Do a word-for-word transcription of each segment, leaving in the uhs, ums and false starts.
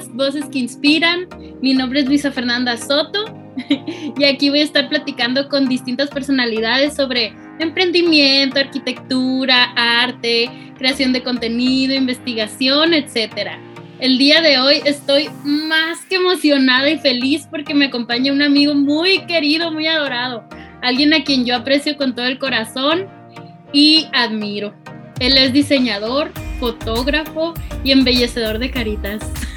podcast Voces que Inspiran. Mi nombre es Luisa Fernanda Soto y aquí voy a estar platicando con distintas personalidades sobre emprendimiento, arquitectura, arte, creación de contenido, investigación, etcétera. El día de hoy estoy más que emocionada y feliz porque me acompaña un amigo muy querido, muy adorado, alguien a quien yo aprecio con todo el corazón y admiro. Él es diseñador, fotógrafo y embellecedor de caritas.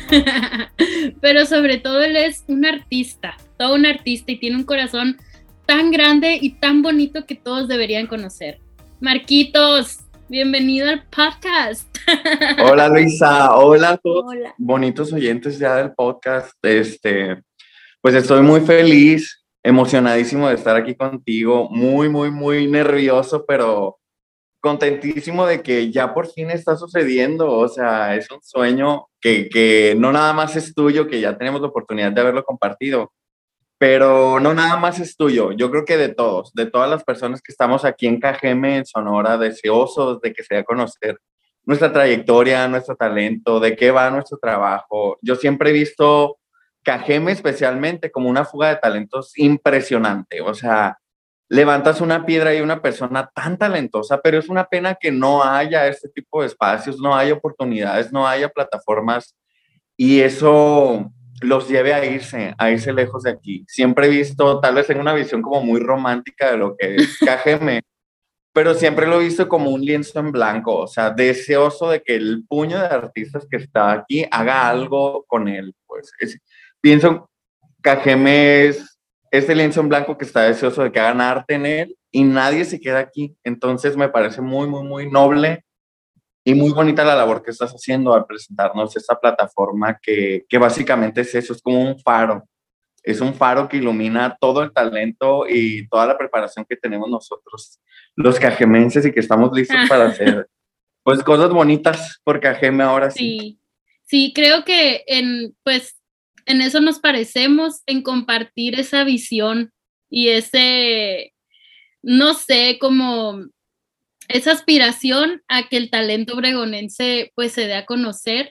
Pero sobre todo él es un artista, todo un artista y tiene un corazón tan grande y tan bonito que todos deberían conocer. Marquitos, bienvenido al podcast. Hola Luisa, hola a todos. Hola. Bonitos oyentes ya del podcast. Este, pues estoy muy feliz, emocionadísimo de estar aquí contigo, muy, muy, muy nervioso, pero contentísimo de que ya por fin está sucediendo. O sea, es un sueño que, que no nada más es tuyo, que ya tenemos la oportunidad de haberlo compartido, pero no nada más es tuyo. Yo creo que de todos, de todas las personas que estamos aquí en Cajeme, en Sonora, deseosos de que se dé a conocer nuestra trayectoria, nuestro talento, de qué va nuestro trabajo. Yo siempre he visto Cajeme especialmente como una fuga de talentos impresionante. O sea, levantas una piedra y una persona tan talentosa, pero es una pena que no haya este tipo de espacios, no haya oportunidades, no haya plataformas y eso los lleve a irse, a irse lejos de aquí. Siempre he visto, tal vez en una visión como muy romántica de lo que es Cajeme, pero siempre lo he visto como un lienzo en blanco, o sea, deseoso de que el puño de artistas que está aquí haga algo con él. Pues es, pienso, Cajeme es este lienzo en blanco que está deseoso de que hagan arte en él y nadie se queda aquí. Entonces me parece muy, muy, muy noble y muy bonita la labor que estás haciendo al presentarnos esta plataforma que, que básicamente es eso, es como un faro. Es un faro que ilumina todo el talento y toda la preparación que tenemos nosotros, los cajemenses, y que estamos listos para hacer pues cosas bonitas por Cajeme ahora sí. Sí, sí, creo que en, pues, en eso nos parecemos, en compartir esa visión y ese, no sé, como esa aspiración a que el talento obregonense pues se dé a conocer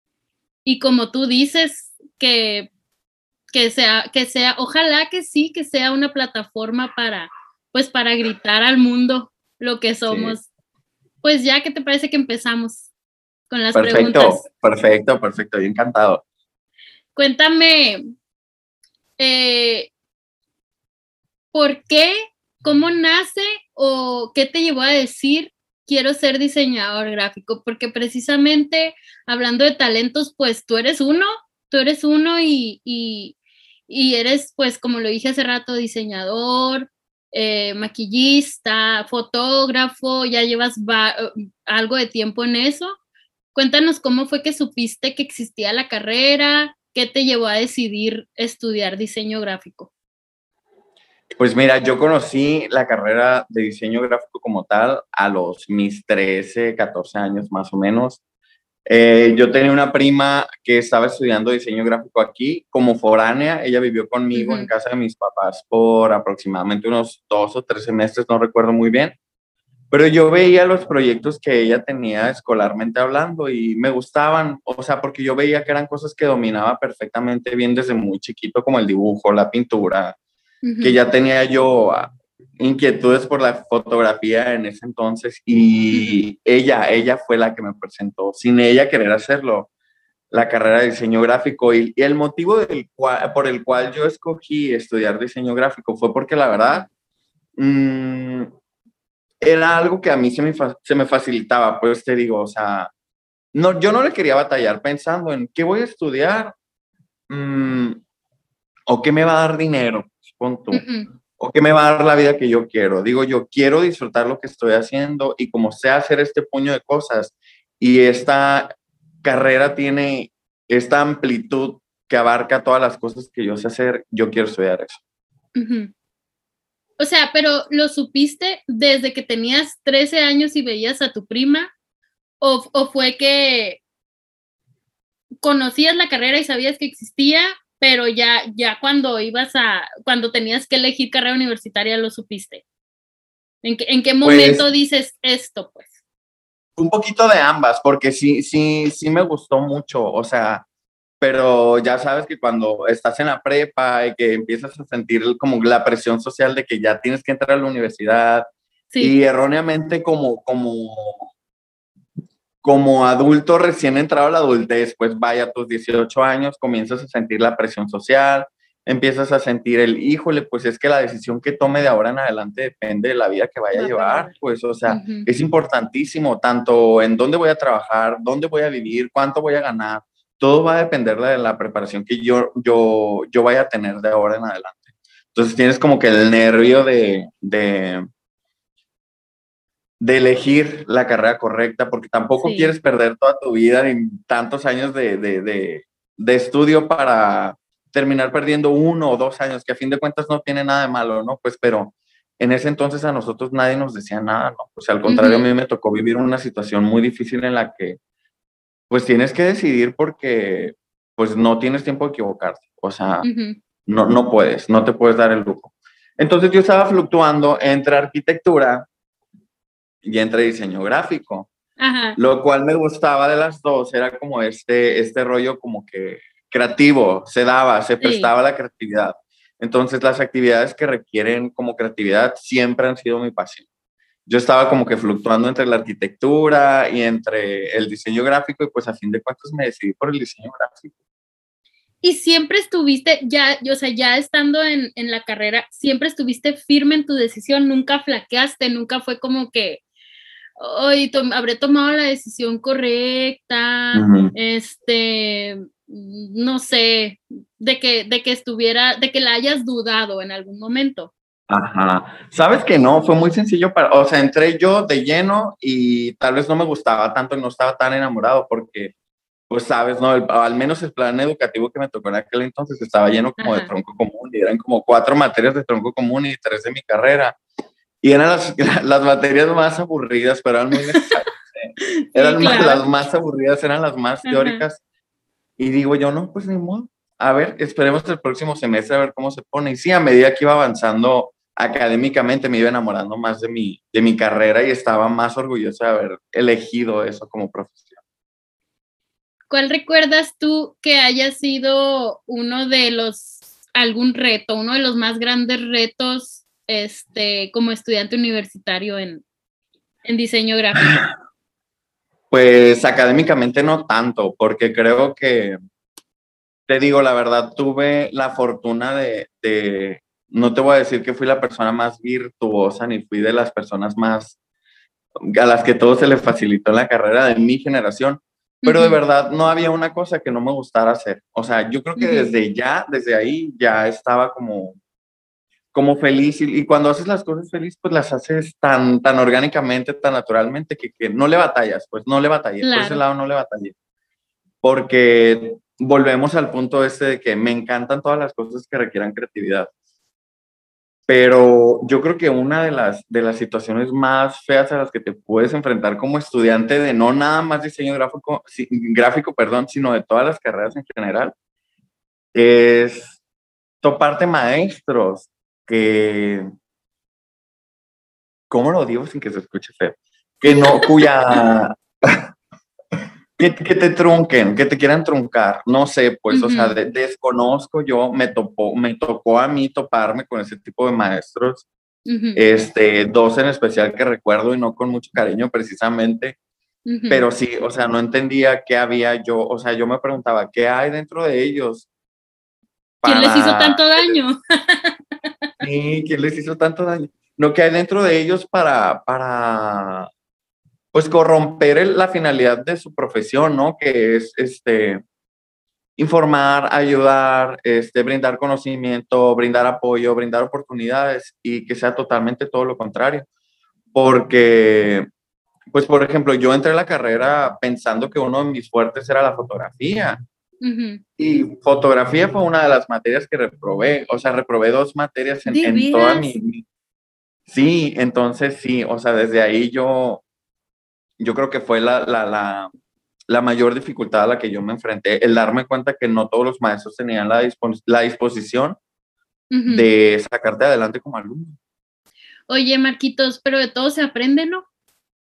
y como tú dices, que, que sea, que sea, ojalá que sí, que sea una plataforma para, pues para gritar al mundo lo que somos. Sí. Pues ya, ¿qué te parece que empezamos con las Perfecto, preguntas? perfecto, perfecto, yo encantado. Cuéntame, eh, ¿por qué? ¿Cómo nace o qué te llevó a decir quiero ser diseñador gráfico? Porque precisamente hablando de talentos, pues tú eres uno, tú eres uno y, y, y eres, pues como lo dije hace rato, diseñador, eh, maquillista, fotógrafo, ya llevas va, algo de tiempo en eso. Cuéntanos cómo fue que supiste que existía la carrera, qué te llevó a decidir estudiar diseño gráfico. Pues mira, yo conocí la carrera de diseño gráfico como tal a los mis trece, catorce años más o menos. Eh, yo tenía una prima que estaba estudiando diseño gráfico aquí como foránea. Ella vivió conmigo uh-huh. en casa de mis papás por aproximadamente unos dos o tres semestres, no recuerdo muy bien. Pero yo veía los proyectos que ella tenía escolarmente hablando y me gustaban, o sea, porque yo veía que eran cosas que dominaba perfectamente bien desde muy chiquito, como el dibujo, la pintura, uh-huh. que ya tenía yo inquietudes por la fotografía en ese entonces y uh-huh. ella, ella fue la que me presentó, sin ella querer hacerlo, la carrera de diseño gráfico y, y el motivo del cual, por el cual yo escogí estudiar diseño gráfico fue porque la verdad mmm, era algo que a mí se me, se me facilitaba, pues te digo, o sea, no, yo no le quería batallar pensando en qué voy a estudiar mmm, o qué me va a dar dinero, pon tú. Uh-uh. O qué me va a dar la vida que yo quiero. Digo, yo quiero disfrutar lo que estoy haciendo y como sé hacer este puño de cosas y esta carrera tiene esta amplitud que abarca todas las cosas que yo sé hacer, yo quiero estudiar eso. Uh-huh. O sea, pero ¿lo supiste desde que tenías trece años y veías a tu prima? ¿O, o fue que conocías la carrera y sabías que existía, pero ya, ya cuando ibas a, cuando tenías que elegir carrera universitaria lo supiste? ¿En qué, en qué momento pues, dices esto, pues? Un poquito de ambas, porque sí, sí, sí me gustó mucho, o sea, pero ya sabes que cuando estás en la prepa y que empiezas a sentir como la presión social de que ya tienes que entrar a la universidad Sí. y erróneamente como, como, como adulto recién entrado a la adultez, pues vaya a tus dieciocho años, comienzas a sentir la presión social, empiezas a sentir el, híjole, pues es que la decisión que tome de ahora en adelante depende de la vida que vaya a Va para llevar, allá. pues, o sea, Ujú. es importantísimo, tanto en dónde voy a trabajar, dónde voy a vivir, cuánto voy a ganar, todo va a depender de la preparación que yo, yo, yo vaya a tener de ahora en adelante. Entonces tienes como que el nervio de, de, de elegir la carrera correcta, porque tampoco Sí. quieres perder toda tu vida ni tantos años de, de, de, de estudio para terminar perdiendo uno o dos años, que a fin de cuentas no tiene nada de malo, ¿no? Pues, pero en ese entonces a nosotros nadie nos decía nada, ¿no? Pues al contrario, a Ujú. mí me tocó vivir una situación muy difícil en la que, pues tienes que decidir porque, pues no tienes tiempo de equivocarte, o sea, Ujú. no, no puedes, no te puedes dar el lujo. Entonces yo estaba fluctuando entre arquitectura y entre diseño gráfico. Ajá. Lo cual me gustaba de las dos, era como este, este rollo como que creativo, se daba, se Sí. prestaba la creatividad. Entonces las actividades que requieren como creatividad siempre han sido mi pasión. Yo estaba como que fluctuando entre la arquitectura y entre el diseño gráfico y pues a fin de cuentas me decidí por el diseño gráfico. Y siempre estuviste, ya, o sea, ya estando en, en la carrera, siempre estuviste firme en tu decisión, nunca flaqueaste, nunca fue como que, hoy to habré tomado la decisión correcta, Uh-huh. este, no sé, de que, de que estuviera, de que la hayas dudado en algún momento. Ajá. Sabes que no, fue muy sencillo para, o sea, entré yo de lleno y tal vez no me gustaba tanto, no estaba tan enamorado porque pues sabes, ¿no? El- al menos el plan educativo que me tocó en aquel entonces estaba lleno como de Ajá. tronco común y eran como cuatro materias de tronco común y tres de mi carrera. Y eran las, las materias más aburridas, pero eran muy necesarias. ¿Eh? Sí, Eran más, claro. las más aburridas, eran las más Ajá. teóricas. Y digo yo, no, pues ni modo. A ver, esperemos el próximo semestre a ver cómo se pone. Y sí, a medida que iba avanzando académicamente, me iba enamorando más de mi, de mi carrera y estaba más orgulloso de haber elegido eso como profesión. ¿Cuál recuerdas tú que haya sido uno de los, algún reto, uno de los más grandes retos, este, como estudiante universitario en, en diseño gráfico? Pues académicamente no tanto, porque creo que, te digo la verdad, tuve la fortuna de, de, no te voy a decir que fui la persona más virtuosa, ni fui de las personas más, a las que todo se le facilitó en la carrera de mi generación, pero de Ujú, verdad no había una cosa que no me gustara hacer. O sea, yo creo que ujú. desde ya, desde ahí, ya estaba como, como feliz y, y cuando haces las cosas feliz, pues las haces tan, tan orgánicamente, tan naturalmente, que, que no le batallas, pues no le batallé, por ese Claro. lado no le batallé. Porque volvemos al punto este de que me encantan todas las cosas que requieran creatividad, pero yo creo que una de las, de las situaciones más feas a las que te puedes enfrentar como estudiante de no nada más diseño gráfico, si, gráfico, perdón, sino de todas las carreras en general, es toparte maestros que, ¿cómo lo digo sin que se escuche feo? Que no, cuya, Que, que te trunquen, que te quieran truncar, no sé, pues, o sea, Ujú, de, desconozco yo, me, topó, me tocó a mí toparme con ese tipo de maestros, ujú, este, dos en especial que recuerdo y no con mucho cariño precisamente, ujú. pero sí, o sea, no entendía qué había yo, o sea, yo me preguntaba, ¿qué hay dentro de ellos ¿Quién les hizo para, tanto daño? sí, quién les hizo tanto daño? No, ¿qué hay dentro de ellos para, para, pues, corromper el- la finalidad de su profesión, ¿no? Que es, este, informar, ayudar, este, brindar conocimiento, brindar apoyo, brindar oportunidades y que sea totalmente todo lo contrario. Porque, pues, por ejemplo, yo entré a la carrera pensando que uno de mis fuertes era la fotografía. Ujú. Y fotografía fue una de las materias que reprobé. O sea, reprobé dos materias en, ¿De en toda mi, veras? mi... Sí, entonces sí, o sea, desde ahí yo, yo creo que fue la, la, la, la mayor dificultad a la que yo me enfrenté, el darme cuenta que no todos los maestros tenían la, dispon la disposición Ujú. de sacarte adelante como alumno. Oye, Marquitos, pero de todo se aprende, ¿no?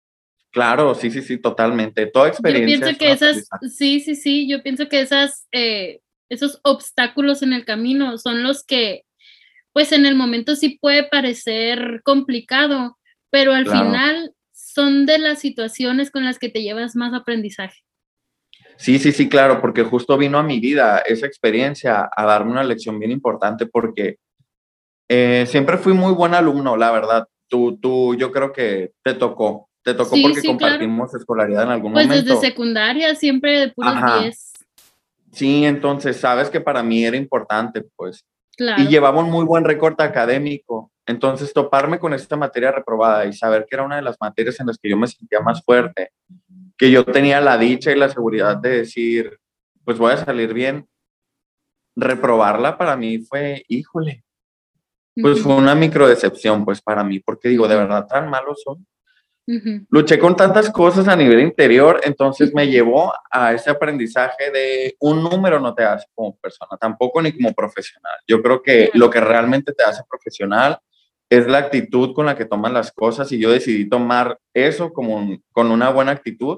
Claro, sí, sí, sí, totalmente. Toda Yo experiencia pienso es que un esas, aprendizaje. sí, sí, sí, yo pienso que esas, eh, esos obstáculos en el camino son los que, pues en el momento sí puede parecer complicado, pero al Claro. final son de las situaciones con las que te llevas más aprendizaje. Sí, sí, sí, claro, porque justo vino a mi vida esa experiencia a darme una lección bien importante porque eh, siempre fui muy buen alumno, la verdad. Tú, tú, yo creo que te tocó, te tocó Sí, porque sí, claro. compartimos escolaridad en algún Pues desde momento. secundaria siempre de puros Ajá, diez. sí, entonces sabes que para mí era importante, pues. Y Claro. llevaba un muy buen recorte académico. Entonces, toparme con esta materia reprobada y saber que era una de las materias en las que yo me sentía más fuerte, que yo tenía la dicha y la seguridad de decir, pues voy a salir bien, reprobarla para mí fue, híjole, pues fue Ujú, una micro decepción, pues para mí, porque digo, de ujú, verdad, tan malos son. ujú. Luché con tantas cosas a nivel interior, entonces me llevó a ese aprendizaje de un número no te hace como persona, tampoco ni como profesional. Yo creo que Claro. lo que realmente te hace profesional es la actitud con la que tomas las cosas y yo decidí tomar eso como un, con una buena actitud,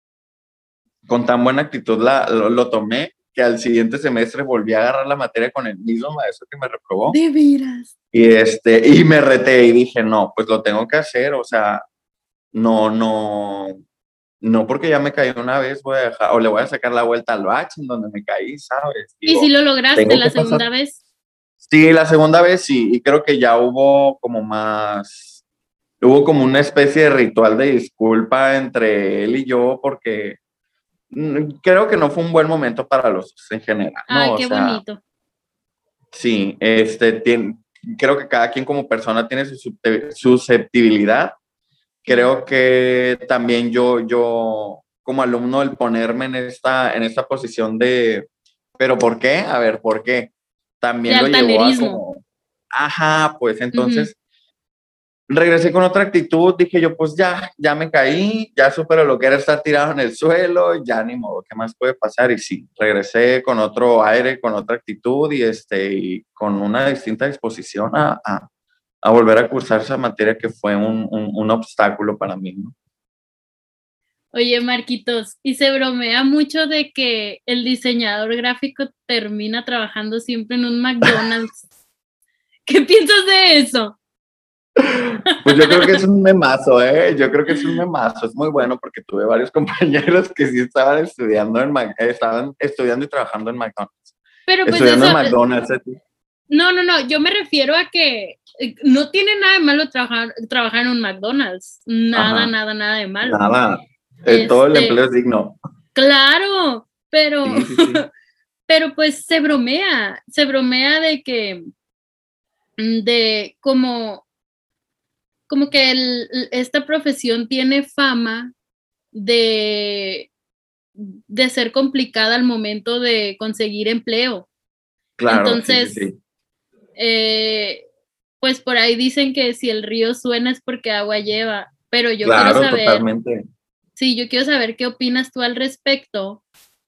con tan buena actitud la, lo, lo tomé que al siguiente semestre volví a agarrar la materia con el mismo maestro que me reprobó De veras. y, este, y me reté y dije, no, pues lo tengo que hacer, o sea, no, no, no porque ya me caí una vez, voy a dejar, o le voy a sacar la vuelta al bache en donde me caí, ¿sabes? ¿Y si Digo, lo lograste tengo la que pasar. segunda vez? Sí, la segunda vez sí, y creo que ya hubo como más, hubo como una especie de ritual de disculpa entre él y yo, porque mm, creo que no fue un buen momento para los dos en general, ¿no? Ay, O qué sea, bonito. sí, este, tiene, creo que cada quien como persona tiene su suscepti- susceptibilidad. Sí. Creo que también yo, yo como alumno, el ponerme en esta, en esta posición de, ¿pero por qué? A ver, ¿por qué? De También lo llevó a altanerismo. como, ajá, pues Ujú. entonces regresé con otra actitud, dije yo, pues ya, ya me caí, ya supero lo que era estar tirado en el suelo, ya ni modo, ¿qué más puede pasar? Y sí, regresé con otro aire, con otra actitud y, este, y con una distinta disposición a, a, a volver a cursar esa materia que fue un, un, un obstáculo para mí, ¿no? Oye, Marquitos, y se bromea mucho de que el diseñador gráfico termina trabajando siempre en un McDonald's. ¿Qué piensas de eso? Pues yo creo que es un memazo, ¿eh? Yo creo que es un memazo. Es muy bueno porque tuve varios compañeros que sí estaban estudiando en Mac- eh, estaban estudiando y trabajando en McDonald's. Pero pues Estudiando eso, en McDonald's. ¿Eh? no, no, no, yo me refiero a que eh, no tiene nada de malo trabajar, trabajar en un McDonald's. Nada, Ajá. nada, nada de malo. Nada. Eh, todo el empleo Este, es digno. claro, pero, Sí, sí, sí. pero pues se bromea, se bromea de que, mm, de como, como que el- esta profesión tiene fama de, de ser complicada al momento de conseguir empleo. Claro, sí, sí, Entonces, sí. eh, pues por ahí dicen que si el río suena es porque agua lleva, pero yo quiero Claro, saber, totalmente. sí, yo quiero saber qué opinas tú al respecto,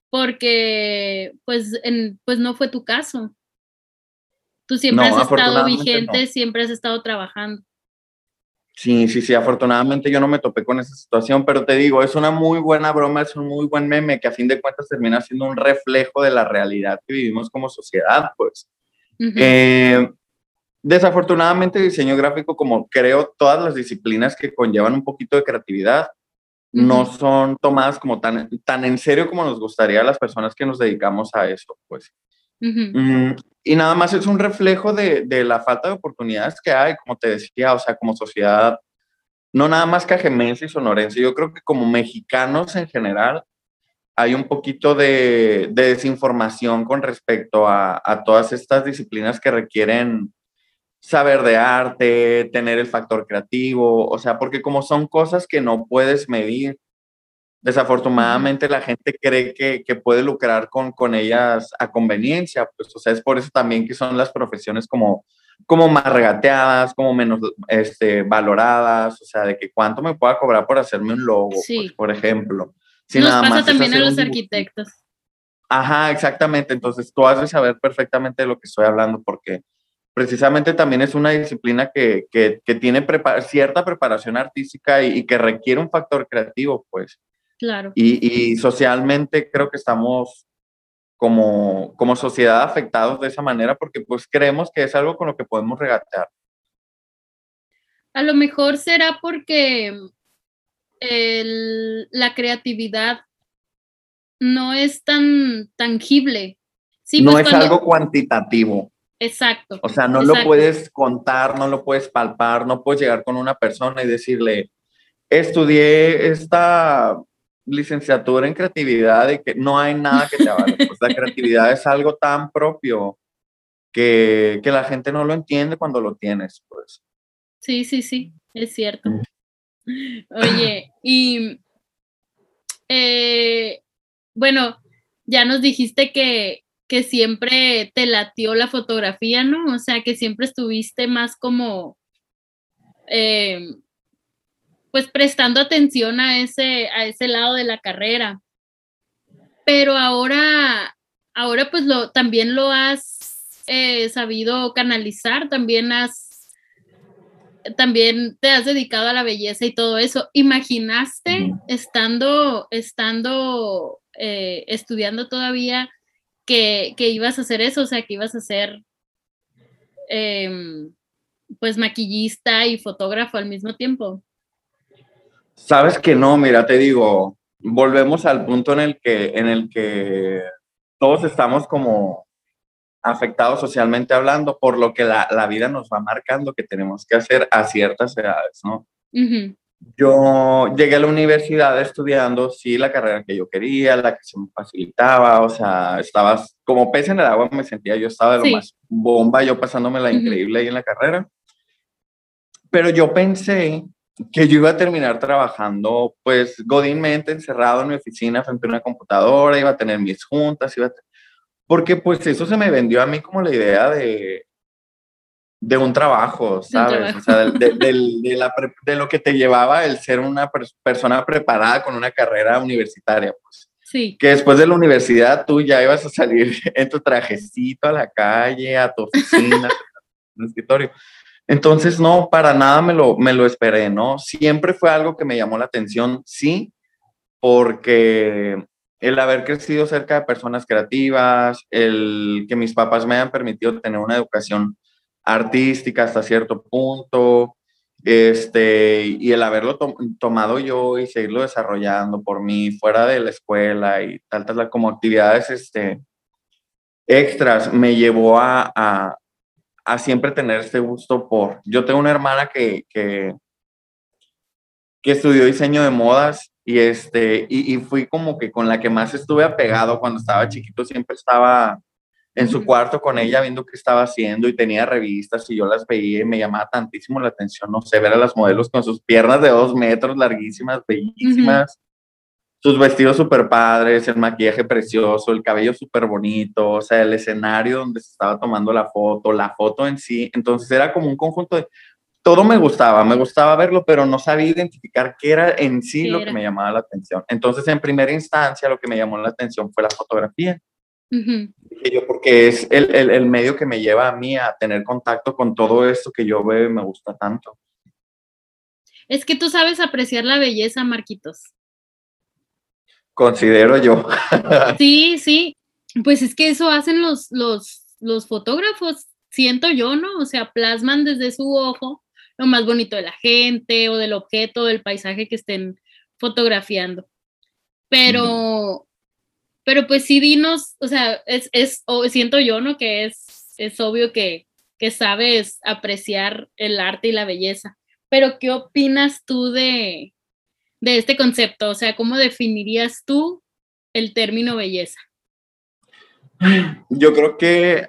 porque pues, en, pues no fue tu caso. Tú siempre has No, estado afortunadamente no. vigente, siempre has estado trabajando. Sí, sí, sí, afortunadamente yo no me topé con esa situación, pero te digo, es una muy buena broma, es un muy buen meme que a fin de cuentas termina siendo un reflejo de la realidad que vivimos como sociedad, pues. Ujú, Eh, desafortunadamente, diseño gráfico, como creo todas las disciplinas que conllevan un poquito de creatividad, no ujú, son tomadas como tan, tan en serio como nos gustaría a las personas que nos dedicamos a eso, pues. ujú, Mm, y nada más es un reflejo de, de la falta de oportunidades que hay, como te decía, o sea, como sociedad no nada más cajemense y sonorense, yo creo que como mexicanos en general hay un poquito de, de desinformación con respecto a, a, todas estas disciplinas que requieren saber de arte, tener el factor creativo, o sea, porque como son cosas que no puedes medir, ujú. desafortunadamente la gente cree que, que puede lucrar con, con ellas a conveniencia, pues, o sea, es por eso también que son las profesiones como, como más regateadas, como menos este, valoradas, o sea, de que cuánto me pueda cobrar por hacerme un logo, pues, Sí, por ejemplo, si nos nada pasa más es también a hacer un los dibujito. arquitectos. Ajá, exactamente, entonces tú has de saber perfectamente de lo que estoy hablando, porque precisamente también es una disciplina que, que, que tiene prepar cierta preparación artística y, y que requiere un factor creativo, pues. Claro. Y, y socialmente creo que estamos como, como sociedad afectados de esa manera porque pues creemos que es algo con lo que podemos regatear. A lo mejor será porque el, la creatividad no es tan tangible. Sí, no pues es cuando... algo cuantitativo. Exacto. O sea, no exacto. lo puedes contar, no lo puedes palpar, no puedes llegar con una persona y decirle, estudié esta licenciatura en creatividad y que no hay nada que te avale. Pues la creatividad es algo tan propio que, que la gente no lo entiende cuando lo tienes, pues. Sí, sí, sí, es cierto. Oye, y eh, bueno, ya nos dijiste que, que siempre te latió la fotografía, ¿no? O sea, que siempre estuviste más como, eh, pues prestando atención a ese, a ese lado de la carrera. Pero ahora, ahora pues lo, también lo has eh, sabido canalizar, también has, también te has dedicado a la belleza y todo eso. ¿Imaginaste estando, estando eh, estudiando todavía que, que ibas a hacer eso? O sea, que ibas a ser eh, pues maquillista y fotógrafo al mismo tiempo. Sabes que no, mira, te digo, volvemos al punto en el que, en el que todos estamos como afectados socialmente hablando, por lo que la, la vida nos va marcando que tenemos que hacer a ciertas edades, ¿no? Uh-huh. Yo llegué a la universidad estudiando, sí, la carrera que yo quería, la que se me facilitaba, o sea, estaba como pez en el agua, me sentía, yo estaba de lo Sí. más bomba, yo pasándome la increíble uh-huh. ahí en la carrera. Pero yo pensé que yo iba a terminar trabajando, pues, godínmente, encerrado en mi oficina frente a una computadora, iba a tener mis juntas, iba a porque pues eso se me vendió a mí como la idea de, de un trabajo, ¿sabes? De, trabajo. O sea, de, de, de, de, la, de lo que te llevaba el ser una per persona preparada con una carrera universitaria, pues. Sí. Que después de la universidad tú ya ibas a salir en tu trajecito a la calle, a tu oficina, a tu escritorio. Entonces, no, para nada me lo, me lo esperé, ¿no? Siempre fue algo que me llamó la atención, sí, porque el haber crecido cerca de personas creativas, el que mis papás me hayan permitido tener una educación artística hasta cierto punto, este, y el haberlo to tomado yo y seguirlo desarrollando por mí fuera de la escuela y tal, tal, como actividades este, extras, me llevó a, a, a siempre tener este gusto por... Yo tengo una hermana que, que, que estudió diseño de modas y, este, y, y fui como que con la que más estuve apegado cuando estaba chiquito, siempre estaba en su cuarto con ella viendo qué estaba haciendo y tenía revistas y yo las veía y me llamaba tantísimo la atención, no sé, ver a las modelos con sus piernas de dos metros, larguísimas, bellísimas, uh-huh. sus vestidos súper padres, el maquillaje precioso, el cabello súper bonito, o sea, el escenario donde se estaba tomando la foto, la foto en sí, entonces era como un conjunto de... Todo me gustaba, me gustaba verlo, pero no sabía identificar qué era en sí ¿Qué lo era? que me llamaba la atención. Entonces, en primera instancia, lo que me llamó la atención fue la fotografía. Uh-huh. Yo, porque es el, el, el medio que me lleva a mí a tener contacto con todo esto que yo veo y me gusta tanto. Es que tú sabes apreciar la belleza, Marquitos. Considero yo. Sí, sí. Pues es que eso hacen los, los, los fotógrafos, siento yo, ¿no? O sea, plasman desde su ojo lo más bonito de la gente o del objeto, del paisaje que estén fotografiando. Pero, pero pues sí, dinos, o sea, es, es o siento yo, ¿no? Que es, es obvio que, que sabes apreciar el arte y la belleza. Pero, ¿qué opinas tú de, de este concepto? O sea, ¿cómo definirías tú el término belleza? Yo creo que...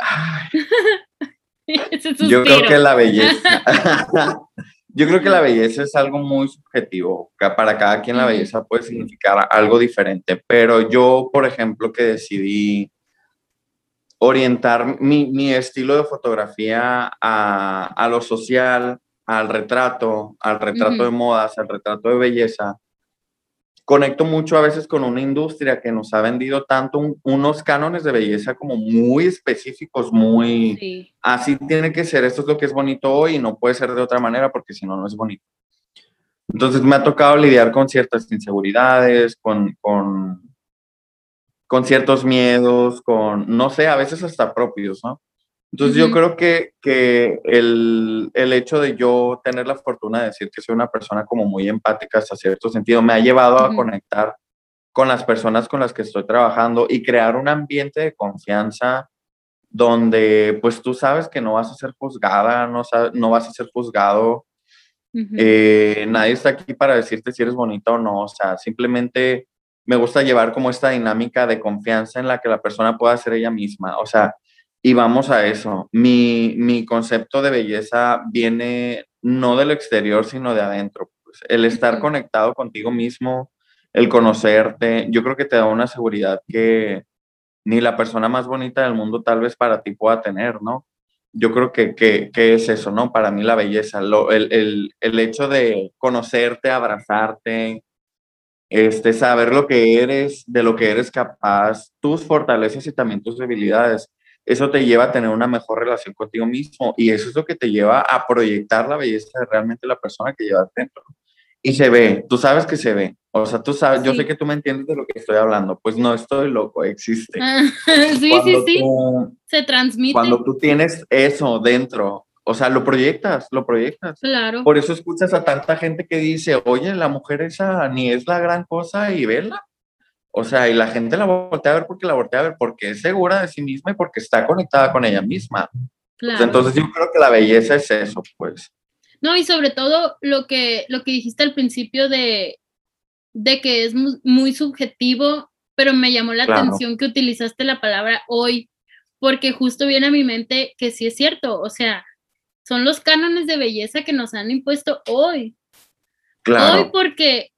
yo creo que la belleza... Yo creo que la belleza es algo muy subjetivo, que para cada quien la belleza puede significar algo diferente, pero yo, por ejemplo, que decidí orientar mi, mi estilo de fotografía a, a lo social, al retrato, al retrato uh-huh. de modas, al retrato de belleza, conecto mucho a veces con una industria que nos ha vendido tanto un, unos cánones de belleza como muy específicos, muy, Sí. así tiene que ser, esto es lo que es bonito hoy y no puede ser de otra manera porque si no, no es bonito. Entonces me ha tocado lidiar con ciertas inseguridades, con, con, con ciertos miedos, con, no sé, a veces hasta propios, ¿no? Entonces yo Ujú. creo que, que el, el hecho de yo tener la fortuna de decir que soy una persona como muy empática hasta cierto sentido me ha llevado a Ujú. conectar con las personas con las que estoy trabajando y crear un ambiente de confianza donde pues tú sabes que no vas a ser juzgada, no, sabes, no vas a ser juzgado, Ujú. eh, nadie está aquí para decirte si eres bonita o no, o sea, simplemente me gusta llevar como esta dinámica de confianza en la que la persona pueda ser ella misma, o sea, y vamos a eso, mi, mi concepto de belleza viene no del exterior, sino de adentro, pues, el estar Ujú. conectado contigo mismo, el conocerte, yo creo que te da una seguridad que ni la persona más bonita del mundo tal vez para ti pueda tener, ¿no? Yo creo que, que, que es eso, ¿no? Para mí la belleza, lo, el, el, el hecho de conocerte, abrazarte, este, saber lo que eres, de lo que eres capaz, tus fortalezas y también tus debilidades. Eso te lleva a tener una mejor relación contigo mismo y eso es lo que te lleva a proyectar la belleza de realmente la persona que llevas dentro. Y se ve, tú sabes que se ve. O sea, tú sabes, yo sé Sí. que tú me entiendes de lo que estoy hablando. Pues no estoy loco, existe. Ah, sí, sí, Cuando sí. tú, Se transmite. cuando tú tienes eso dentro, o sea, lo proyectas, lo proyectas. Claro. Por eso escuchas a tanta gente que dice, oye, la mujer esa ni es la gran cosa y vela. O sea, y la gente la voltea a ver porque la voltea a ver, porque es segura de sí misma y porque está conectada con ella misma. Pues Claro. entonces yo creo que la belleza es eso, pues. No, y sobre todo lo que, lo que dijiste al principio de, de que es mu- muy subjetivo, pero me llamó la Claro, atención que utilizaste la palabra hoy, porque justo viene a mi mente que sí es cierto, o sea, son los cánones de belleza que nos han impuesto hoy. Hoy claro. porque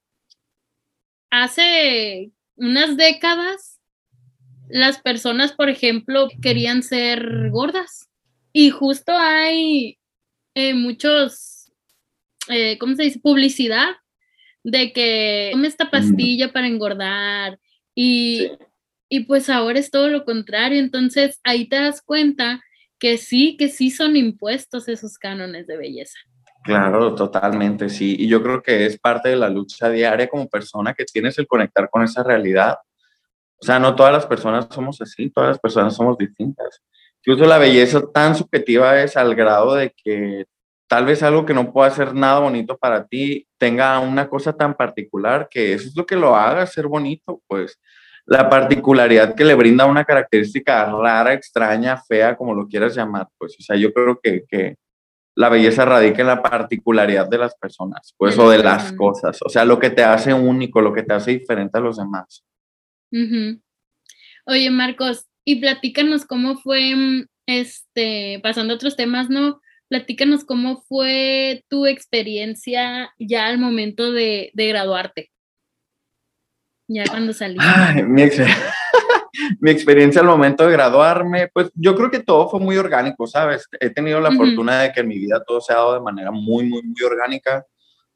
hace unas décadas las personas, por ejemplo, querían ser gordas y justo hay eh, muchos, eh, ¿cómo se dice? Publicidad de que tome esta Mm, pastilla para engordar sí. y, y pues ahora es todo lo contrario, entonces ahí te das cuenta que sí, que sí son impuestos esos cánones de belleza. Claro, totalmente, sí. Y yo creo que es parte de la lucha diaria como persona que tienes el conectar con esa realidad. O sea, no todas las personas somos así, todas las personas somos distintas. Incluso la belleza tan subjetiva es al grado de que tal vez algo que no pueda ser nada bonito para ti tenga una cosa tan particular que eso es lo que lo haga ser bonito, pues la particularidad que le brinda una característica rara, extraña, fea, como lo quieras llamar, pues, o sea, yo creo que, que la belleza radica en la particularidad de las personas, De pues, o las de las personas. cosas, o sea, lo que te hace único, lo que te hace diferente a los demás. Ujú. Oye, Marcos, y platícanos cómo fue, mm, este, pasando a otros temas, ¿no? Platícanos cómo fue tu experiencia ya al momento de, de graduarte, ya cuando saliste. Ay, mi, ex mi experiencia al momento de graduarme, pues yo creo que todo fue muy orgánico, ¿sabes? He tenido la Ujú. fortuna de que en mi vida todo se ha dado de manera muy, muy, muy orgánica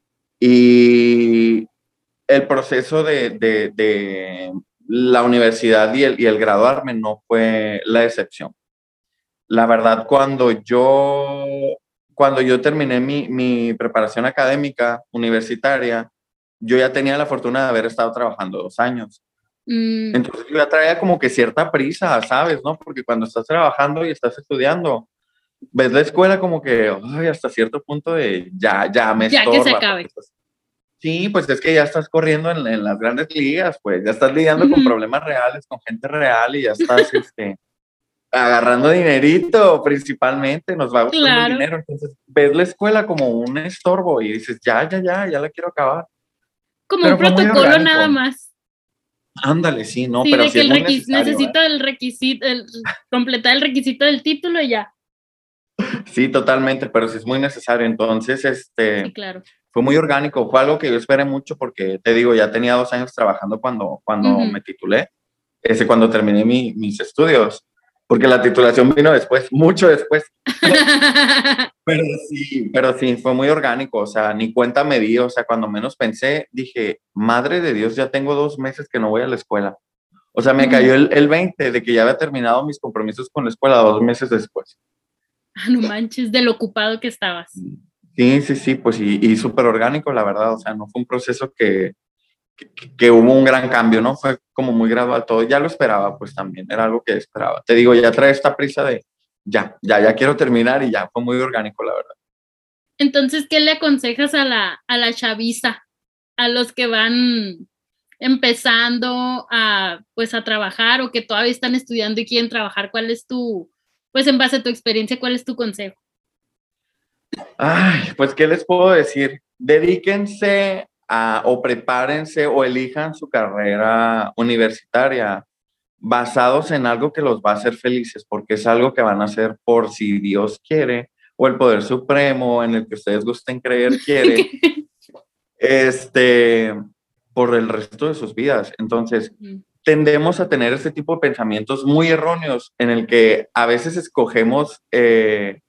y el proceso de, de, de la universidad y el, y el graduarme no fue la excepción. La verdad, cuando yo, cuando yo terminé mi, mi preparación académica universitaria, yo ya tenía la fortuna de haber estado trabajando dos años. Mm, Entonces yo ya traía como que cierta prisa, ¿sabes? ¿No? Porque cuando estás trabajando y estás estudiando, ves la escuela como que, ay, hasta cierto punto de ya, ya me ya que se estorba. Porque acabe. estás- sí, pues es que ya estás corriendo en, en las grandes ligas, pues ya estás lidiando con Ujú. problemas reales, con gente real y ya estás, este, agarrando dinerito principalmente, nos va gustando el Claro, dinero. Entonces ves la escuela como un estorbo y dices, ya, ya, ya, ya la quiero acabar. como un Pero fue muy protocolo nada orgánico. más. Ándale, sí, no, Sí, pero de sí que es el muy requis necesario, ¿eh? necesito el requisito, el, completar el requisito del título y ya. Sí, totalmente, pero sí es muy necesario. Entonces, Sí, este, claro. fue muy orgánico, fue algo que yo esperé mucho porque, te digo, ya tenía dos años trabajando cuando, cuando Ujú. me titulé, ese cuando terminé mi, mis estudios, porque la titulación vino después, mucho después. Pero sí, pero sí, fue muy orgánico, o sea, ni cuenta me di, o sea, cuando menos pensé, dije, madre de Dios, ya tengo dos meses que no voy a la escuela. O sea, me Ujú. cayó el, el veinte de que ya había terminado mis compromisos con la escuela dos meses después. Ah, no manches, de lo ocupado que estabas. Sí, sí, sí, pues y, y súper orgánico, la verdad, o sea, no fue un proceso que, que, que hubo un gran cambio, ¿no? Fue como muy gradual todo, ya lo esperaba, pues también, era algo que esperaba. Te digo, ya trae esta prisa de, ya, ya, ya quiero terminar y ya, fue muy orgánico, la verdad. Entonces, ¿qué le aconsejas a la, a la chaviza, a los que van empezando a, pues, a trabajar o que todavía están estudiando y quieren trabajar? ¿Cuál es tu, pues, en base a tu experiencia, cuál es tu consejo? Ay, pues, ¿qué les puedo decir? Dedíquense a, o prepárense o elijan su carrera universitaria basados en algo que los va a hacer felices, porque es algo que van a hacer por si Dios quiere, o el poder supremo en el que ustedes gusten creer quiere, este, por el resto de sus vidas. Entonces, tendemos a tener este tipo de pensamientos muy erróneos en el que a veces escogemos eh,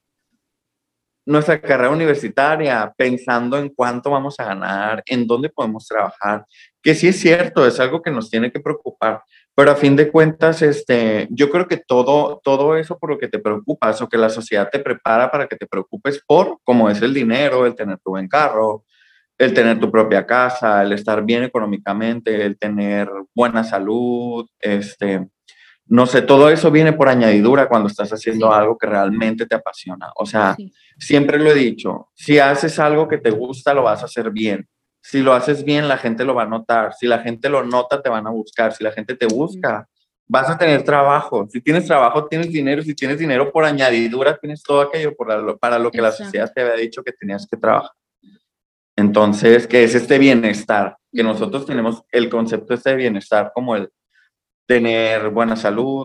nuestra carrera universitaria pensando en cuánto vamos a ganar, en dónde podemos trabajar, que sí es cierto, es algo que nos tiene que preocupar, pero a fin de cuentas, este, yo creo que todo, todo eso por lo que te preocupas o que la sociedad te prepara para que te preocupes por, como es el dinero, el tener tu buen carro, el tener tu propia casa, el estar bien económicamente, el tener buena salud, este, no sé, todo eso viene por añadidura cuando estás haciendo Sí, algo que realmente te apasiona. O sea, sí. siempre lo he dicho, si haces algo que te gusta, lo vas a hacer bien. Si lo haces bien, la gente lo va a notar. Si la gente lo nota, te van a buscar. Si la gente te Ujú. busca, vas a tener trabajo. Si tienes trabajo, tienes dinero. Si tienes dinero por añadidura, tienes todo aquello por lo- para lo que la sociedad Exacto. te había dicho que tenías que trabajar. Entonces, que es este bienestar, que Ujú. nosotros tenemos el concepto este de bienestar como el tener buena salud,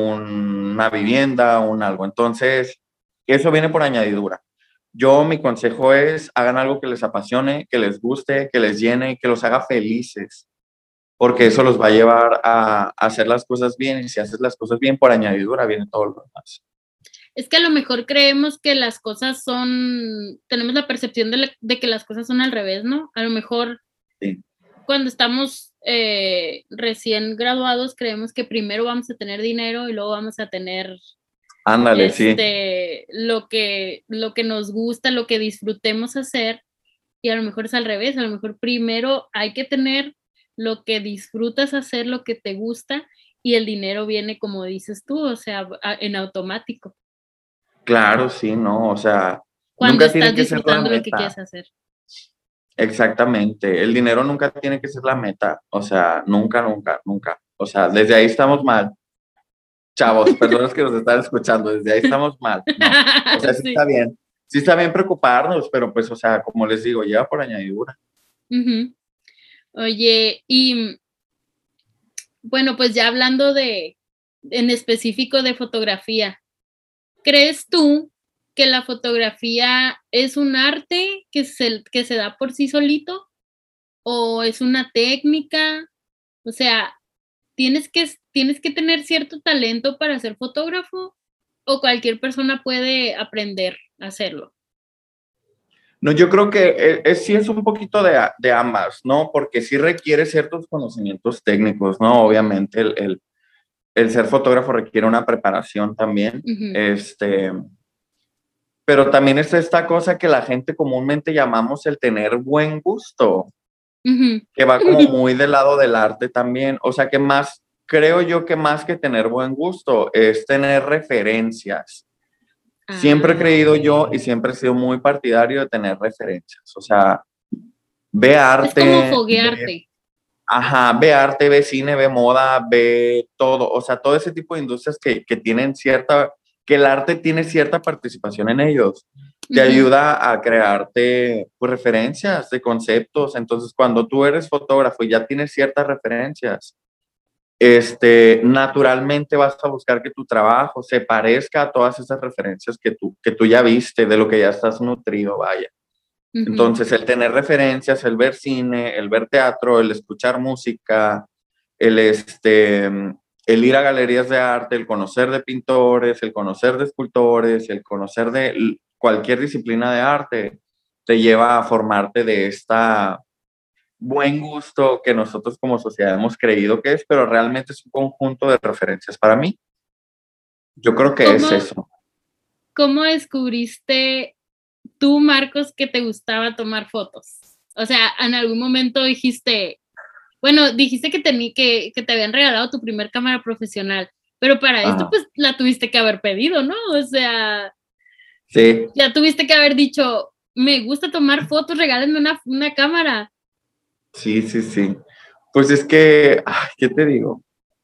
una vivienda, un algo. Entonces, eso viene por añadidura. Yo, mi consejo es, hagan algo que les apasione, que les guste, que les llene, que los haga felices, porque eso los va a llevar a, a hacer las cosas bien, y si haces las cosas bien, por añadidura viene todo lo demás. Es que a lo mejor creemos que las cosas son, tenemos la percepción de, la- de que las cosas son al revés, ¿no? A lo mejor Sí. cuando estamos eh, recién graduados creemos que primero vamos a tener dinero y luego vamos a tener Ándale, sí. este lo que lo que nos gusta, lo que disfrutemos hacer, y a lo mejor es al revés, a lo mejor primero hay que tener lo que disfrutas hacer, lo que te gusta, y el dinero viene como dices tú, o sea, a- en automático, Claro, sí, no, o sea, cuando nunca tiene estás que ser la disfrutando lo que meta. quieres hacer. Exactamente, el dinero nunca tiene que ser la meta, o sea, nunca, nunca, nunca. O sea, desde ahí estamos mal. Chavos, personas que nos están escuchando, desde ahí estamos mal, ¿no? O sea, sí está Sí. bien, sí está bien preocuparnos, pero pues, o sea, como les digo, lleva por añadidura. Ujú. Oye, y bueno, pues ya hablando de, en específico de fotografía, ¿crees tú que la fotografía es un arte que se, que se da por sí solito o es una técnica? O sea, ¿tienes que, tienes que tener cierto talento para ser fotógrafo o cualquier persona puede aprender a hacerlo? No, yo creo que eh, es, sí es un poquito de, a- de ambas, ¿no? Porque sí requiere ciertos conocimientos técnicos, ¿no? Obviamente el, el, el ser fotógrafo requiere una preparación también, Ujú, este, pero también es esta cosa que la gente comúnmente llamamos el tener buen gusto, ujú. que va como muy del lado del arte también. O sea que más, creo yo que más que tener buen gusto es tener referencias. Siempre he Ah, creído yo y siempre he sido muy partidario de tener referencias. O sea, ve es como arte, ve, foguearte. ajá, ve arte, ve cine, ve moda, ve todo. O sea, todo ese tipo de industrias que, que tienen cierta, que el arte tiene cierta participación en ellos. Te Ujú, ayuda a crearte pues, referencias de conceptos. Entonces, cuando tú eres fotógrafo y ya tienes ciertas referencias, este, naturalmente vas a buscar que tu trabajo se parezca a todas esas referencias que tú, que tú ya viste, de lo que ya estás nutrido, vaya. ujú. Entonces, el tener referencias, el ver cine, el ver teatro, el escuchar música, el, este, el ir a galerías de arte, el conocer de pintores, el conocer de escultores, el conocer de cualquier disciplina de arte te lleva a formarte de esta buen gusto que nosotros como sociedad hemos creído que es, pero realmente es un conjunto de referencias para mí. Yo creo que es eso. ¿Cómo descubriste tú, Marcos, que te gustaba tomar fotos? O sea, en algún momento dijiste, bueno, dijiste que, tení, que, que te habían regalado tu primer cámara profesional, pero para Ajá. esto pues la tuviste que haber pedido, ¿no? O sea, sí. Ya tuviste que haber dicho, me gusta tomar fotos, regálenme una, una cámara. Sí, sí, sí. Pues es que, ay, ¿qué te digo?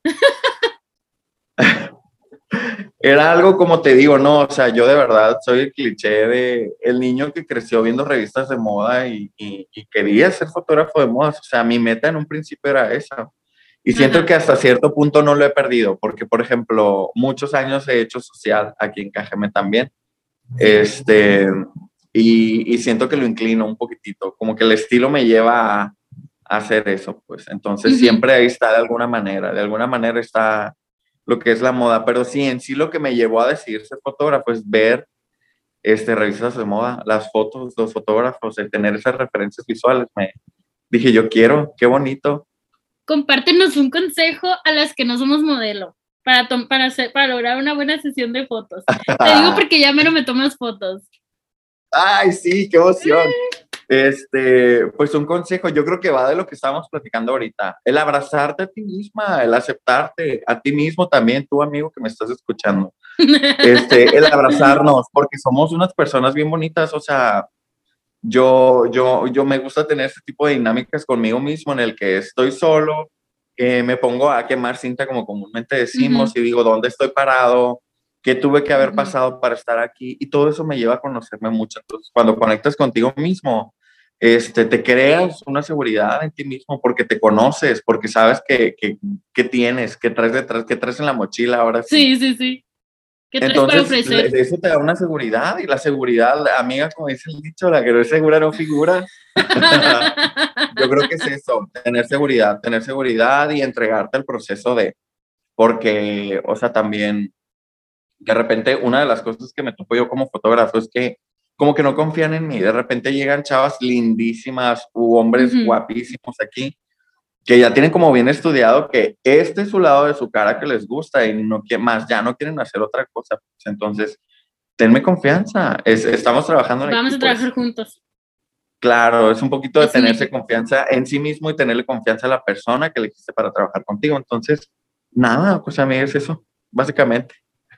Era algo como te digo, no, o sea, yo de verdad soy el cliché de el niño que creció viendo revistas de moda y, y, y quería ser fotógrafo de moda. O sea, mi meta en un principio era esa. Y siento Ajá. que hasta cierto punto no lo he perdido, porque, por ejemplo, muchos años he hecho social aquí en Cajeme también. Este, y, y siento que lo inclino un poquitito, como que el estilo me lleva a, a hacer eso, pues. Entonces, uh-huh. siempre ahí está de alguna manera, de alguna manera está lo que es la moda, pero sí, en sí lo que me llevó a decidir ser fotógrafo es ver este, revistas de moda, las fotos, los fotógrafos, el tener esas referencias visuales, me dije, yo quiero, qué bonito. Compártenos un consejo a las que no somos modelo para, para, hacer, para lograr una buena sesión de fotos. Te digo porque ya menos me tomas fotos. Ay, sí, qué emoción. Este, pues un consejo, yo creo que va de lo que estábamos platicando ahorita, el abrazarte a ti misma, el aceptarte a ti mismo también, tú amigo que me estás escuchando, este, el abrazarnos, porque somos unas personas bien bonitas, o sea, yo, yo, yo me gusta tener este tipo de dinámicas conmigo mismo en el que estoy solo, eh, me pongo a quemar cinta como comúnmente decimos uh-huh. y digo, ¿dónde estoy parado? ¿Qué tuve que haber uh-huh. pasado para estar aquí? Y todo eso me lleva a conocerme mucho. Entonces, cuando conectas contigo mismo, este, te creas una seguridad en ti mismo porque te conoces, porque sabes que, que, que tienes, que traes detrás, que traes en la mochila ahora sí. Sí, sí, sí. ¿Qué traes Entonces, para ofrecer? Eso te da una seguridad y la seguridad, amiga, como dice el dicho, la que no es segura no figura. Yo creo que es eso, tener seguridad, tener seguridad y entregarte al proceso de, porque, o sea, también, de repente, una de las cosas que me topo yo como fotógrafo es que como que no confían en mí. De repente llegan chavas lindísimas u hombres uh-huh. guapísimos aquí que ya tienen como bien estudiado que este es su lado de su cara que les gusta y no que más ya no quieren hacer otra cosa. Pues entonces, tenme confianza. Es, estamos trabajando en Vamos equipo, a trabajar pues. juntos. Claro, es un poquito de es tenerse confianza en sí mismo y tenerle confianza a la persona que le quise para trabajar contigo. Entonces, nada, pues a mí es eso, básicamente.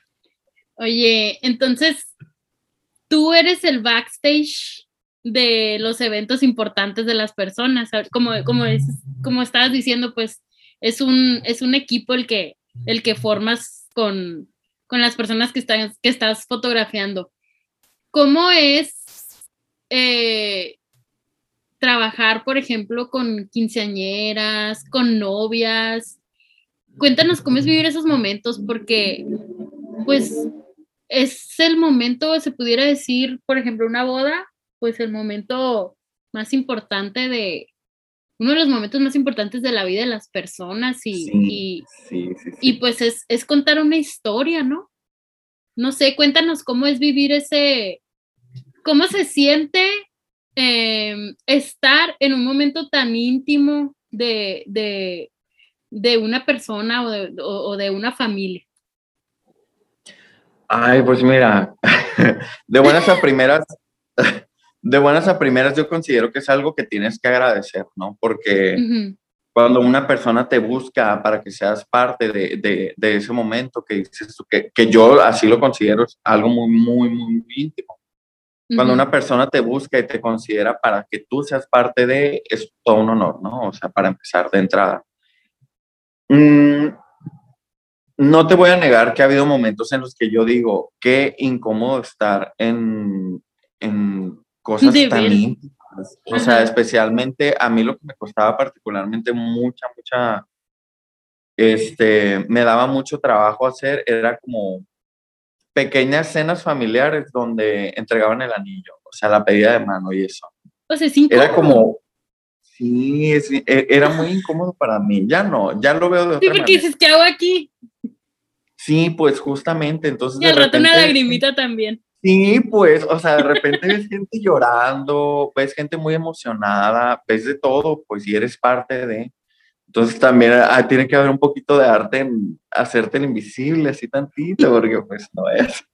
Oye, entonces, tú eres el backstage de los eventos importantes de las personas, como, como, es, como estabas diciendo, pues es un, es un equipo el que, el que formas con, con las personas que, están, que estás fotografiando. ¿Cómo es eh, trabajar, por ejemplo, con quinceañeras, con novias? Cuéntanos cómo es vivir esos momentos, porque pues es el momento, se pudiera decir, por ejemplo, una boda, pues el momento más importante de, uno de los momentos más importantes de la vida de las personas y, sí, y, sí, sí, sí. y pues es, es contar una historia, ¿no? No sé, cuéntanos cómo es vivir ese, cómo se siente eh, estar en un momento tan íntimo de, de, de una persona o de, o, o de una familia. Ay, pues mira, de buenas a primeras, de buenas a primeras yo considero que es algo que tienes que agradecer, ¿no? Porque uh-huh. cuando una persona te busca para que seas parte de, de, de ese momento que dices tú, que, que yo así lo considero es algo muy, muy, muy, muy íntimo. Uh-huh. Cuando una persona te busca y te considera para que tú seas parte de, es todo un honor, ¿no? O sea, para empezar de entrada. Mm, No te voy a negar que ha habido momentos en los que yo digo, qué incómodo estar en, en cosas de tan íntimas. O Ajá. sea, especialmente a mí lo que me costaba particularmente mucha, mucha, este, me daba mucho trabajo hacer, era como pequeñas cenas familiares donde entregaban el anillo, o sea, la pedida de mano y eso. O sea, es incómodo. Era como, sí, es, era muy incómodo para mí, ya no, ya lo veo de otra sí, porque manera. dices, ¿qué hago aquí? Sí, pues justamente, entonces y al rato repente, una lagrimita también. Sí, pues, o sea, de repente ves gente llorando, ves gente muy emocionada, ves de todo, pues, y eres parte de. Entonces también ah, tiene que haber un poquito de arte en hacerte el invisible, así tantito, porque pues no es.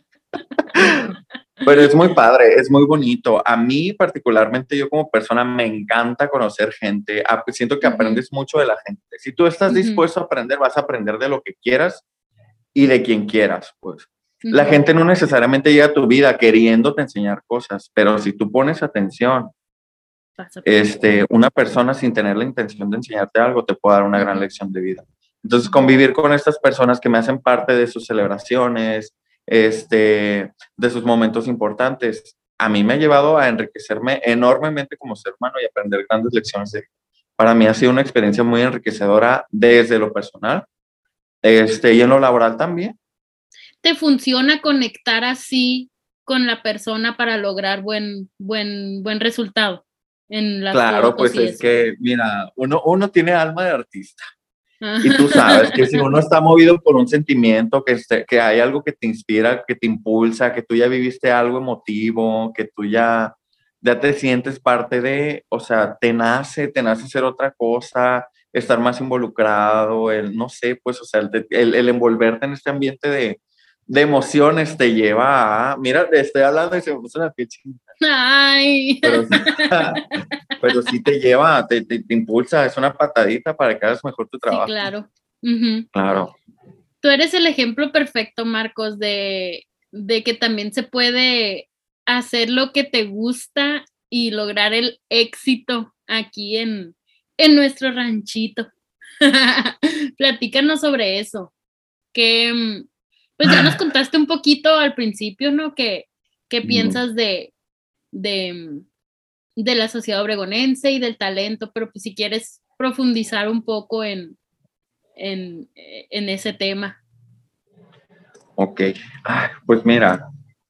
Pero es muy padre, es muy bonito. A mí particularmente, yo como persona me encanta conocer gente. Ah, pues, siento que Ujú, aprendes mucho de la gente. Si tú estás ujú, dispuesto a aprender, vas a aprender de lo que quieras y de quien quieras, pues. La ujú. gente no necesariamente llega a tu vida queriéndote enseñar cosas, pero si tú pones atención, Vas a aprender. este, una persona sin tener la intención de enseñarte algo te puede dar una gran Ujú, lección de vida. Entonces, ujú. convivir con estas personas que me hacen parte de sus celebraciones, este, de sus momentos importantes, a mí me ha llevado a enriquecerme enormemente como ser humano y aprender grandes lecciones de vida. Para mí ha sido una experiencia muy enriquecedora desde lo personal, este, y en lo laboral también. ¿Te funciona conectar así con la persona para lograr buen buen buen resultado en las Claro, fotos pues y es eso? que, mira, uno, uno tiene alma de artista. Y tú sabes que si Ah. uno está movido por un sentimiento, que, este, que hay algo que te inspira, que te impulsa, que tú ya viviste algo emotivo, que tú ya, ya te sientes parte de, o sea, te nace, te nace hacer otra cosa, estar más involucrado, el, no sé, pues, o sea, el, el, el envolverte en este ambiente de, de emociones te lleva a, mira, te estoy hablando y se me puso la piel chinita, Ay. pero, pero sí te lleva, te, te, te impulsa, es una patadita para que hagas mejor tu Sí, trabajo. claro. Ujú. Claro. Tú eres el ejemplo perfecto, Marcos, de de que también se puede hacer lo que te gusta y lograr el éxito aquí en en nuestro ranchito. Platícanos sobre eso, que, mm, pues, ya nos contaste un poquito al principio, ¿no? Que qué Mm, piensas de de, mm, de la sociedad obregonense y del talento, pero, pues, si quieres profundizar un poco en en, eh, en ese tema. ok. Ay, pues mira,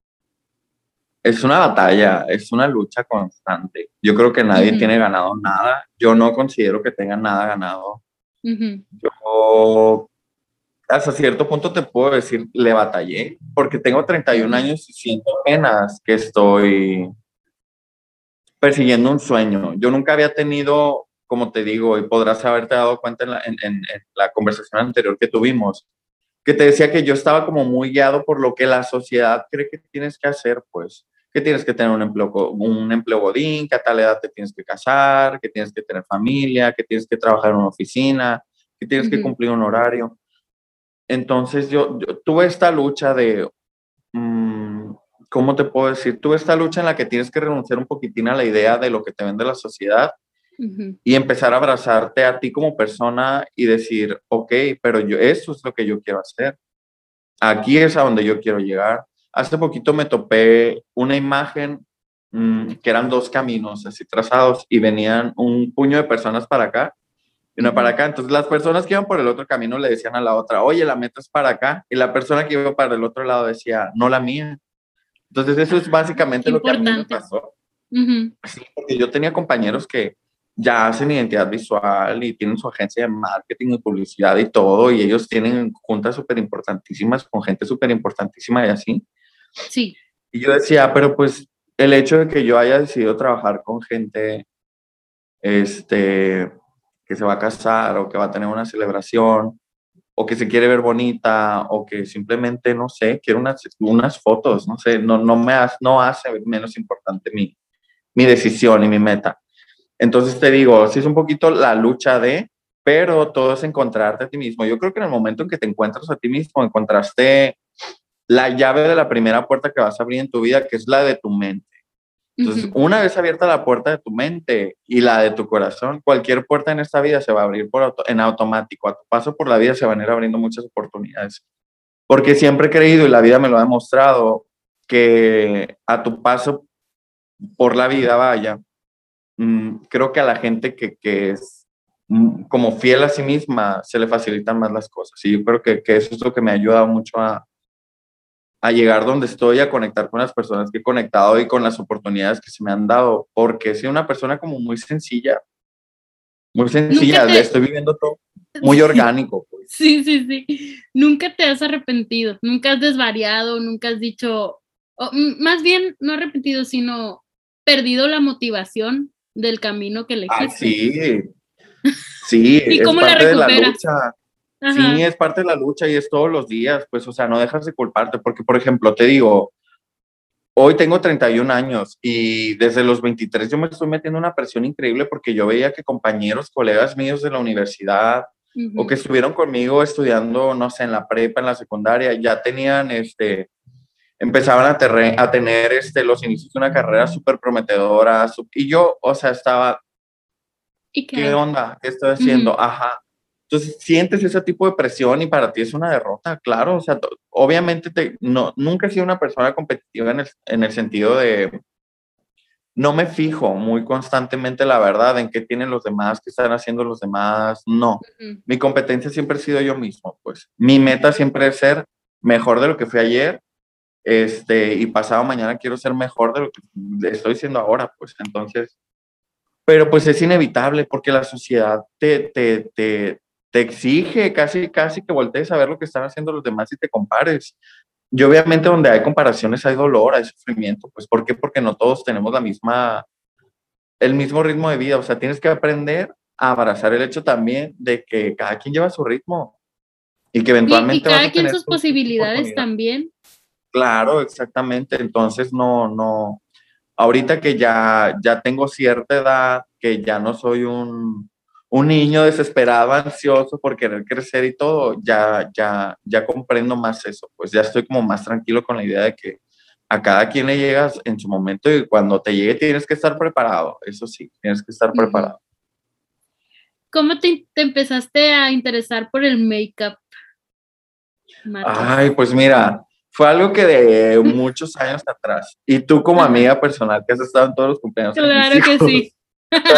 es una batalla, es una lucha constante. Yo creo que nadie Ujú, tiene ganado nada. Yo no considero que tengan nada ganado. ujú, Yo hasta cierto punto te puedo decir, le batallé, porque tengo treinta y un ujú, años y siento apenas que estoy persiguiendo un sueño. Yo nunca había tenido, como te digo, y podrás haberte dado cuenta en la, en, en, en la conversación anterior que tuvimos, que te decía que yo estaba como muy guiado por lo que la sociedad cree que tienes que hacer, pues, que tienes que tener un empleo, un empleo godín, que a tal edad te tienes que casar, que tienes que tener familia, que tienes que trabajar en una oficina, que tienes que ujú, cumplir un horario. Entonces yo, yo tuve esta lucha de, mmm, ¿cómo te puedo decir? Tuve esta lucha en la que tienes que renunciar un poquitín a la idea de lo que te vende la sociedad ujú. y empezar a abrazarte a ti como persona y decir, ok, pero yo, eso es lo que yo quiero hacer. Aquí es a donde yo quiero llegar. Hace poquito me topé una imagen mmm, que eran dos caminos así trazados y venían un puño de personas para acá y una para Ujú. acá. Entonces las personas que iban por el otro camino le decían a la otra, oye, la meta es para acá. Y la persona que iba para el otro lado decía, no la mía. Entonces eso es Ah, básicamente qué lo que a mí me importante. pasó. Ujú. Sí, porque yo tenía compañeros que ya hacen identidad visual y tienen su agencia de marketing y publicidad y todo, y ellos tienen juntas súper importantísimas con gente súper importantísima y así. Sí. Y yo decía, pero pues el hecho de que yo haya decidido trabajar con gente este, que se va a casar o que va a tener una celebración o que se quiere ver bonita o que simplemente, no sé, quiere unas, unas fotos, no sé, no, no me hace, no hace menos importante mi, mi decisión y mi meta. Entonces te digo, sí es un poquito la lucha de, pero todo es encontrarte a ti mismo. Yo creo que en el momento en que te encuentras a ti mismo, encontraste la llave de la primera puerta que vas a abrir en tu vida, que es la de tu mente. Entonces, Ujú. una vez abierta la puerta de tu mente y la de tu corazón, cualquier puerta en esta vida se va a abrir por auto, en automático. A tu paso por la vida se van a ir abriendo muchas oportunidades. Porque siempre he creído, y la vida me lo ha demostrado, que a tu paso por la vida, vaya, mm, creo que a la gente que, que es mm, como fiel a sí misma se le facilitan más las cosas. Y yo creo que, que eso es lo que me ha ayudado mucho a, a llegar donde estoy, a conectar con las personas que he conectado y con las oportunidades que se me han dado, porque soy una persona como muy sencilla, muy Nunca sencilla, le te estoy viviendo todo muy orgánico, pues. sí, sí, sí. Nunca te has arrepentido, nunca has desvariado, nunca has dicho: o, m- más bien no arrepentido, sino perdido la motivación del camino que Ay, elegiste. sí, sí, ¿Y es cómo la parte de la recuperas? lucha. Sí, Ajá. es parte de la lucha y es todos los días, pues, o sea, no dejas de culparte, porque, por ejemplo, te digo, hoy tengo treinta y un años y desde los veintitrés yo me estoy metiendo una presión increíble porque yo veía que compañeros, colegas míos de la universidad o que Ujú. estuvieron conmigo estudiando, no sé, en la prepa, en la secundaria, ya tenían, este, empezaban a, terre- a tener, este, los inicios de una carrera súper prometedora. Sup- y yo, o sea, estaba, ¿Y qué ¿qué hay? onda? ¿Qué estoy Ujú. haciendo? Ajá. Entonces sientes ese tipo de presión y para ti es una derrota, claro. O sea, to- obviamente te, no, nunca he sido una persona competitiva en el, en el sentido de no me fijo muy constantemente, la verdad, en qué tienen los demás, qué están haciendo los demás. No. Ujú. Mi competencia siempre ha sido yo mismo, pues. Mi meta siempre es ser mejor de lo que fui ayer, este, y pasado mañana quiero ser mejor de lo que estoy siendo ahora, pues. Entonces, pero pues es inevitable porque la sociedad te, te, te, te exige casi, casi que voltees a ver lo que están haciendo los demás y te compares. Y obviamente donde hay comparaciones hay dolor, hay sufrimiento. Pues ¿por qué? Porque no todos tenemos la misma, el mismo ritmo de vida. O sea, tienes que aprender a abrazar el hecho también de que cada quien lleva su ritmo y que Sí, y eventualmente vas cada a quien tener sus tu, tu posibilidades oportunidad. también. Claro, exactamente. Entonces, no, no, ahorita que ya, ya tengo cierta edad, que ya no soy un, un niño desesperado, ansioso por querer crecer y todo, ya, ya, ya comprendo más eso, pues ya estoy como más tranquilo con la idea de que a cada quien le llegas en su momento y cuando te llegue tienes que estar preparado, eso sí, tienes que estar Ujú. preparado. ¿Cómo te, te empezaste a interesar por el make-up, Marcos? Ay, pues mira, fue algo que de muchos años atrás, y tú como Ajá, amiga personal que has estado en todos los cumpleaños de mis claro que sí. hijos,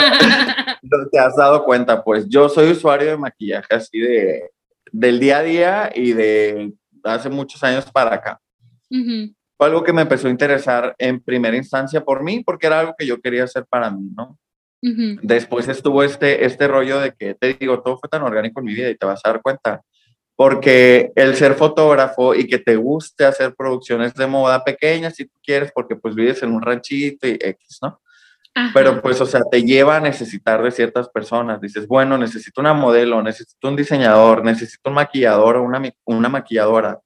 no te has dado cuenta, pues yo soy usuario de maquillaje así de, del día a día y de hace muchos años para acá. Ujú, Fue algo que me empezó a interesar en primera instancia por mí, porque era algo que yo quería hacer para mí, ¿no? ujú, Después estuvo este, este rollo de que, te digo, todo fue tan orgánico en mi vida y te vas a dar cuenta, porque el ser fotógrafo y que te guste hacer producciones de moda pequeñas, si tú quieres, porque pues vives en un ranchito y X, ¿no? Pero ajá. pues, o sea, te lleva a necesitar de ciertas personas. Dices, bueno, necesito una modelo, necesito un diseñador, necesito un maquillador o una, una maquilladora,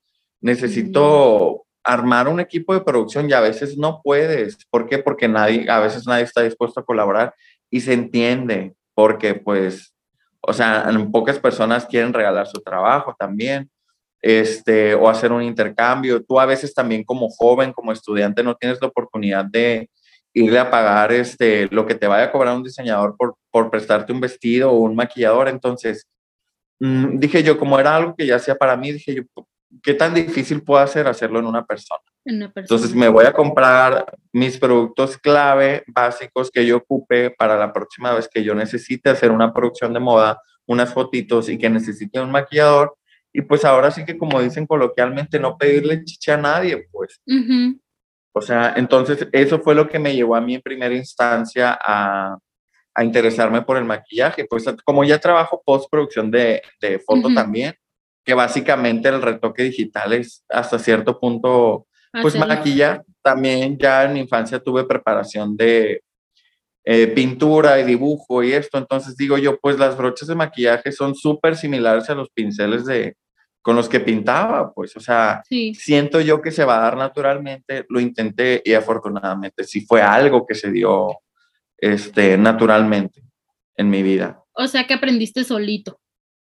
Mm, necesito armar un equipo de producción y a veces no puedes. ¿Por qué? Porque nadie, a veces nadie está dispuesto a colaborar y se entiende, porque pues, o sea, pocas personas quieren regalar su trabajo también. Este, o hacer un intercambio. Tú a veces también como joven, como estudiante, no tienes la oportunidad de, irle a pagar este, lo que te vaya a cobrar un diseñador por, por prestarte un vestido o un maquillador. Entonces, mmm, dije yo, como era algo que ya hacía para mí, dije yo, ¿qué tan difícil puedo hacer hacerlo en una persona? una Entonces, persona. me voy a comprar mis productos clave, básicos que yo ocupe para la próxima vez que yo necesite hacer una producción de moda, unas fotitos y que necesite un maquillador. Y pues ahora sí que, como dicen coloquialmente, no pedirle chicha a nadie, pues. Ujú, O sea, entonces eso fue lo que me llevó a mí en primera instancia a, a interesarme por el maquillaje. Pues como ya trabajo postproducción de, de foto ujú, también, que básicamente el retoque digital es hasta cierto punto, pues hacerlo. maquillar. También ya en mi infancia tuve preparación de eh, pintura y dibujo y esto. Entonces digo yo, pues las brochas de maquillaje son súper similares a los pinceles de, con los que pintaba, pues, o sea, Sí. siento yo que se va a dar naturalmente, lo intenté y afortunadamente sí fue algo que se dio este, naturalmente en mi vida. O sea que aprendiste solito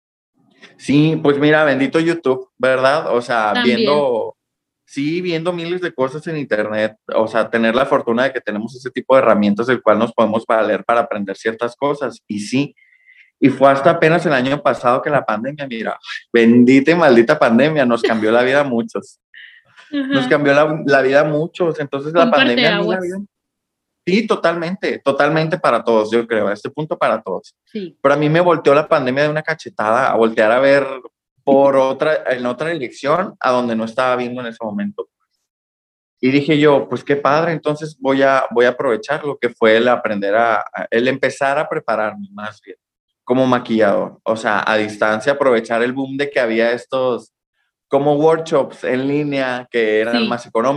Sí, pues mira, bendito YouTube, ¿verdad? O sea, también. viendo, sí, viendo miles de cosas en internet, o sea, tener la fortuna de que tenemos ese tipo de herramientas del cual nos podemos valer para aprender ciertas cosas. Y sí, y fue hasta apenas el año pasado que la pandemia, mira, bendita y maldita pandemia, nos cambió la vida a muchos. Nos Ajá. cambió la, la vida a muchos. Entonces Fue la un pandemia a mí la vida, parteaguas. sí, totalmente, totalmente para todos, yo creo, a este punto para todos. Sí. Pero a mí me volteó la pandemia de una cachetada a voltear a ver por otra, en otra dirección a donde no estaba viendo en ese momento. Y dije yo, pues qué padre, entonces voy a, voy a aprovechar lo que fue el aprender a, a- el empezar a prepararme más bien como maquillador. O sea, a distancia, aprovechar el boom de que había estos como workshops en línea que eran Sí. más económicos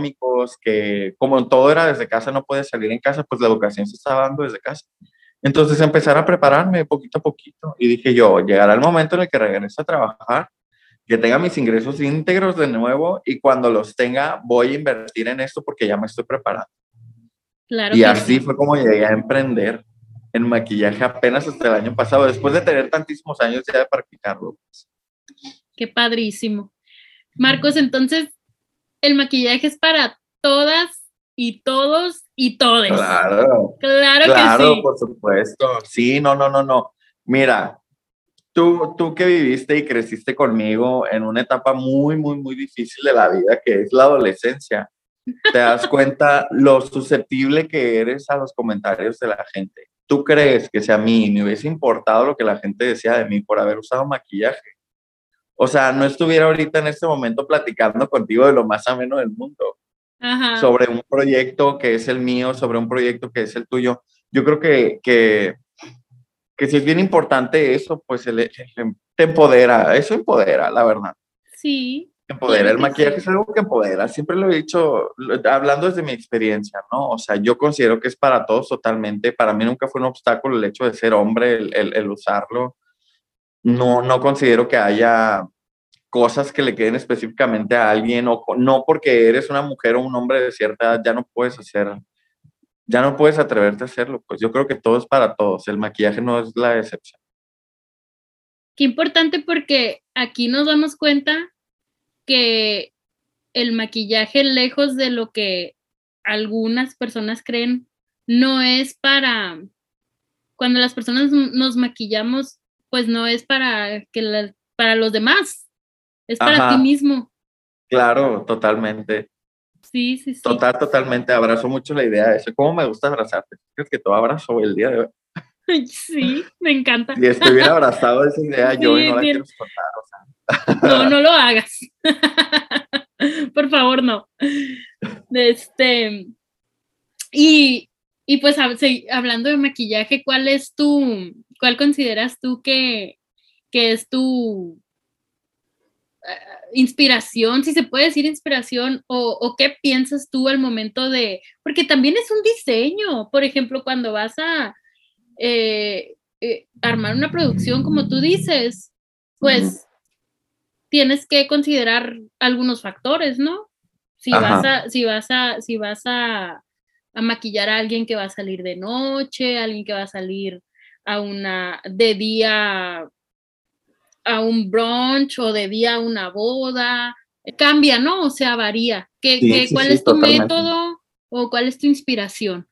amigos, que como todo era desde casa, no puedes salir en casa, pues la educación se estaba dando desde casa. Entonces empezar a prepararme poquito a poquito y dije yo, llegará el momento en el que regrese a trabajar, que tenga mis ingresos íntegros de nuevo y cuando los tenga voy a invertir en esto porque ya me estoy preparando. Claro Y que así sí. fue como llegué a emprender en maquillaje apenas hasta el año pasado, después de tener tantísimos años ya de practicarlo. Qué padrísimo. Marcos, entonces, el maquillaje es para todas y todos y todes. Claro, Claro claro, que sí. por supuesto. Sí, no, no, no, no. Mira, tú, tú que viviste y creciste conmigo en una etapa muy, muy, muy difícil de la vida, que es la adolescencia, te das cuenta lo susceptible que eres a los comentarios de la gente. ¿Tú crees que si a mí me hubiese importado lo que la gente decía de mí por haber usado maquillaje? O sea, no estuviera ahorita en este momento platicando contigo de lo más ameno del mundo, Ajá. sobre un proyecto que es el mío, sobre un proyecto que es el tuyo. Yo creo que, que, que si es bien importante eso, pues el, el, te empodera, eso empodera, la verdad. Sí, Empodera, claro el que maquillaje sí. es algo que empodera, siempre lo he dicho, lo- hablando desde mi experiencia, ¿no? O sea, yo considero que es para todos totalmente, para mí nunca fue un obstáculo el hecho de ser hombre, el, el, el usarlo. No, no considero que haya cosas que le queden específicamente a alguien, o co- no porque eres una mujer o un hombre de cierta edad, ya no puedes hacer, ya no puedes atreverte a hacerlo, pues yo creo que todo es para todos, el maquillaje no es la excepción. Qué importante porque aquí nos damos cuenta que el maquillaje, lejos de lo que algunas personas creen, no es para, cuando las personas nos maquillamos, pues no es para que la, para los demás, es para ti Ajá, mismo. claro, totalmente. Sí, sí, sí. Total, totalmente. Abrazo mucho la idea de eso. ¿Cómo me gusta abrazarte? Creo que todo abrazo el día de hoy. Sí, me encanta. Si estuviera abrazado de esa idea yo y Sí, no la bien. quiero soltar, o No, sea. no lo hagas. Por favor, no. Este, y, y pues hab- sí, hablando de maquillaje, ¿cuál es tu, cuál consideras tú que, que es tu eh, inspiración, si se puede decir inspiración, o, o qué piensas tú al momento de, porque también es un diseño, por ejemplo, cuando vas a eh, eh, armar una producción, como tú dices, pues tienes que considerar algunos factores, ¿no? Si vas Ajá. a, si vas a, si vas a, a maquillar a alguien que va a salir de noche, alguien que va a salir a una, de día a un brunch o de día a una boda, cambia, ¿no? O sea, varía. ¿Qué, Sí, qué, sí, cuál sí, es tu totalmente. método o cuál es tu inspiración?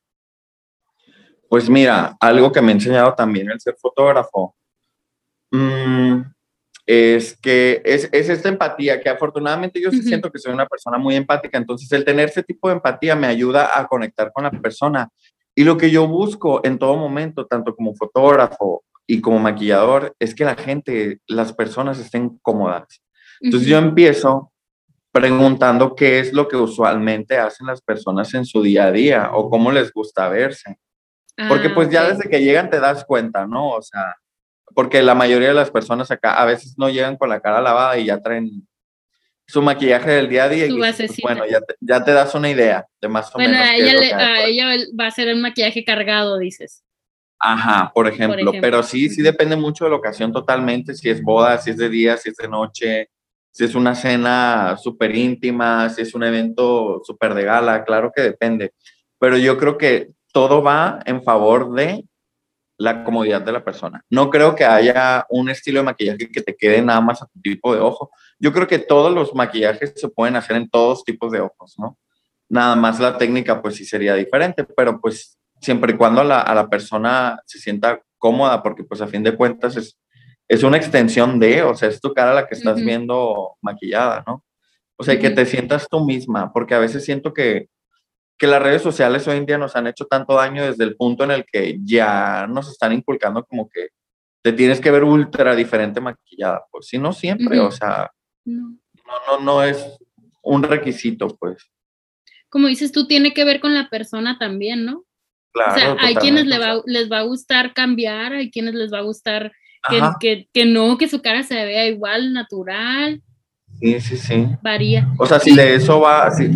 Pues mira, algo que me ha enseñado también el ser fotógrafo, mmm, es que es, es esta empatía, que afortunadamente yo sí Uh-huh. siento que soy una persona muy empática, entonces el tener ese tipo de empatía me ayuda a conectar con la persona. Y lo que yo busco en todo momento, tanto como fotógrafo y como maquillador, es que la gente, las personas estén cómodas. Entonces yo Uh-huh. empiezo preguntando qué es lo que usualmente hacen las personas en su día a día o cómo les gusta verse. Porque Ah, pues ok. ya desde que llegan te das cuenta, ¿no? O sea, porque la mayoría de las personas acá a veces no llegan con la cara lavada y ya traen su maquillaje del día a día y Su dices, pues bueno, basecita. ya te, ya te das una idea de más o Bueno, menos a qué ella, es lo le, que hay a por ahí. ella va a ser un maquillaje cargado, dices, Ajá, por por ejemplo, ejemplo. pero sí, sí Uh-huh. depende mucho de la ocasión totalmente, si es boda, si es de día, si es de noche, si es una cena súper íntima, si es un evento súper de gala, claro que depende. Pero yo creo que todo va en favor de la comodidad de la persona. No creo que haya un estilo de maquillaje que te quede nada más a tu tipo de ojo. Yo creo que todos los maquillajes se pueden hacer en todos tipos de ojos, ¿no? Nada más la técnica pues sí sería diferente, pero pues siempre y cuando a la, a la persona se sienta cómoda, porque pues a fin de cuentas es, es una extensión de, o sea, es tu cara la que estás Uh-huh. viendo maquillada, ¿no? O sea, y que Uh-huh. te sientas tú misma, porque a veces siento que que las redes sociales hoy en día nos han hecho tanto daño desde el punto en el que ya nos están inculcando como que te tienes que ver ultra diferente maquillada, pues sí, no siempre, o Uh-huh. sea, No. no, no, no es un requisito, pues, Como dices tú, tiene que ver con la persona también, ¿no? O sea, claro, hay quienes totalmente, le o sea, va, les va a gustar cambiar, hay quienes les va a gustar que, ajá, que, que no, que su cara se vea igual, natural, sí, sí, sí, varía. o sea, si Y de eso va, sí,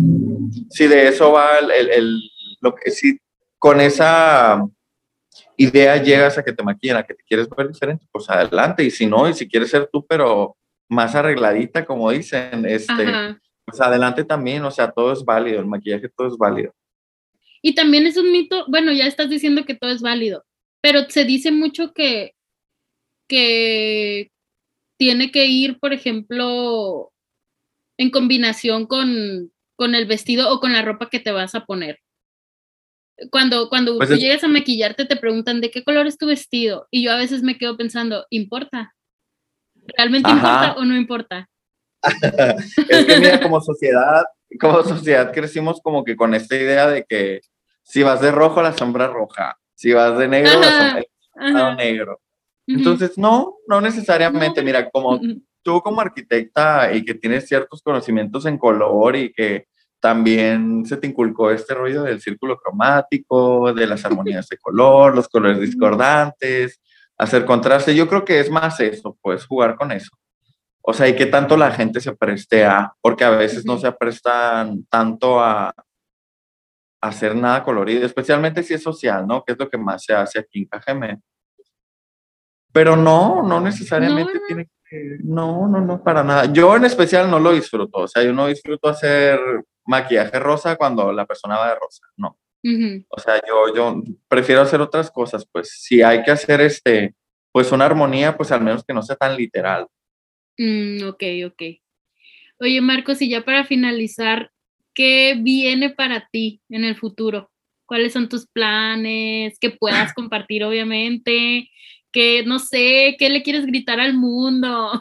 si de eso va el, el, el lo que si con esa idea llegas a que te maquillen, a que te quieres ver diferente, pues adelante, y si no, y si quieres ser tú, pero más arregladita, como dicen, este, Ajá. pues adelante también, o sea, todo es válido, el maquillaje todo es válido. Y también es un mito, bueno, ya estás diciendo que todo es válido, pero se dice mucho que, que tiene que ir, por ejemplo, en combinación con, con el vestido o con la ropa que te vas a poner. Cuando, cuando Pues tú es, llegas a maquillarte te preguntan ¿de qué color es tu vestido? Y yo a veces me quedo pensando, ¿importa? ¿Realmente importa ajá, o no importa? es que mira, como sociedad, como sociedad crecimos como que con esta idea de que si vas de rojo, la sombra roja, si vas de negro, la sombra Ajá, ajá. negro. Ujú. Entonces, no, no necesariamente. No. Mira, como tú como arquitecta y que tienes ciertos conocimientos en color y que también se te inculcó este rollo del círculo cromático, de las armonías de color, los colores discordantes, hacer contraste, yo creo que es más eso, pues jugar con eso. O sea, y qué tanto la gente se preste a, porque a veces no Ujú. se prestan tanto a, a hacer nada colorido, especialmente si es social, ¿no? Que es lo que más se hace aquí en Cajeme. Pero no, no No, necesariamente ¿verdad? tiene que, no, no, no, para nada. Yo en especial no lo disfruto, o sea, yo no disfruto hacer maquillaje rosa cuando la persona va de rosa, no. Ujú. O sea, yo, yo prefiero hacer otras cosas, pues si hay que hacer este, pues una armonía, pues al menos que no sea tan literal. Mm, ok, ok. Oye, Marcos, y ya para finalizar, ¿qué viene para ti en el futuro? ¿Cuáles son tus planes? Que puedas compartir, obviamente. Que no sé, ¿qué le quieres gritar al mundo?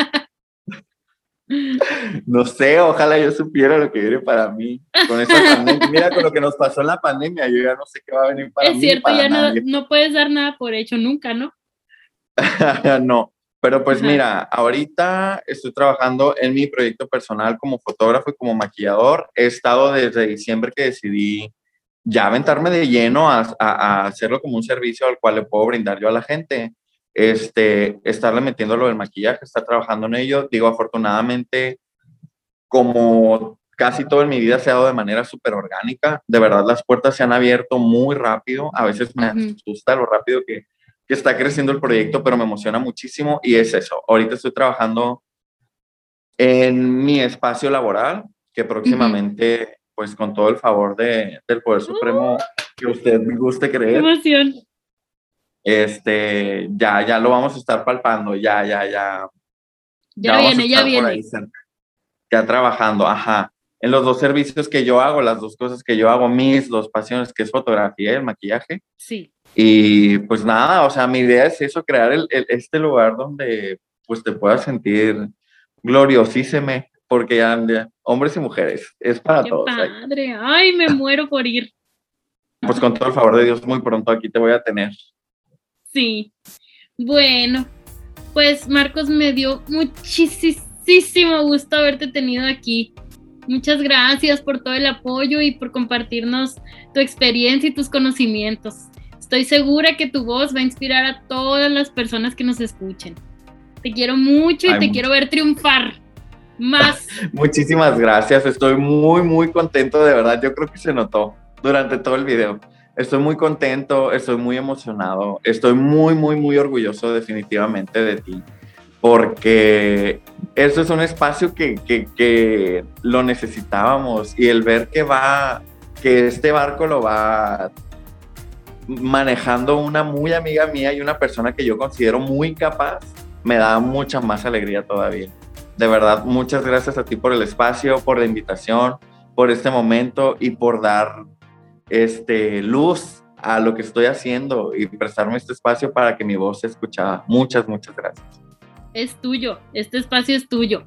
No sé, ojalá yo supiera lo que viene para mí con esta pandemia. Mira, con lo que nos pasó en la pandemia, yo ya no sé qué va a venir para Es mí ni cierto, para ya no, nadie. no puedes dar nada por hecho nunca, ¿no? No, pero pues Ajá. mira, ahorita estoy trabajando en mi proyecto personal como fotógrafo y como maquillador. He estado desde diciembre que decidí ya aventarme de lleno a, a, a hacerlo como un servicio al cual le puedo brindar yo a la gente. Este, estarle metiendo lo del maquillaje, estar trabajando en ello. Digo, afortunadamente, como casi todo en mi vida se ha dado de manera súper orgánica, de verdad las puertas se han abierto muy rápido. A veces me Ujú. asusta lo rápido que que está creciendo el proyecto, pero me emociona muchísimo y es eso. Ahorita estoy trabajando en mi espacio laboral, que Ujú. próximamente, pues con todo el favor de, del Poder Supremo ¡Uh! que usted me guste ¡Qué creer, emoción! este, ya, ya lo vamos a estar palpando, ya, ya, ya, ya Ya vamos a viene, ya estar por ahí viene. cerca, ya trabajando, ajá, en los dos servicios que yo hago, las dos cosas que yo hago, mis dos pasiones, que es fotografía y el maquillaje. Sí. Y pues nada, o sea, mi idea es eso, crear el, el, este lugar donde pues te puedas sentir gloriosísime, porque ya, ya, hombres y mujeres, es para Qué todos ahí. padre. Ay, me muero por ir. Pues con todo el favor de Dios, muy pronto aquí te voy a tener. Sí. Bueno, pues Marcos, me dio muchísimo gusto haberte tenido aquí. Muchas gracias por todo el apoyo y por compartirnos tu experiencia y tus conocimientos. Estoy segura que tu voz va a inspirar a todas las personas que nos escuchen. Te quiero mucho y Ay, te quiero ver triunfar más. muchísimas gracias, estoy muy, muy contento, de verdad, yo creo que se notó durante todo el video. Estoy muy contento, estoy muy emocionado, estoy muy, muy, muy orgulloso definitivamente de ti, porque eso es un espacio que, que, que lo necesitábamos y el ver que va, que este barco lo va manejando una muy amiga mía y una persona que yo considero muy capaz, me da mucha más alegría todavía. De verdad, muchas gracias a ti por el espacio, por la invitación, por este momento y por dar este, luz a lo que estoy haciendo y prestarme este espacio para que mi voz se escuchara. Muchas, muchas gracias. Es tuyo, este espacio es tuyo.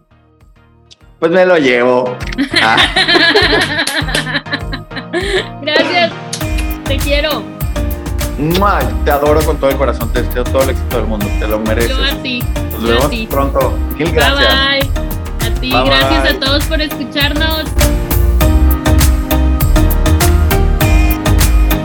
Pues me lo llevo. Ah. Gracias, te quiero. ¡Mua! Te adoro con todo el corazón, te deseo todo el éxito del mundo, te lo mereces. Yo a ti. Nos Yo vemos a ti. pronto. Mil gracias. Bye bye. A ti, Bye, gracias bye. a todos por escucharnos.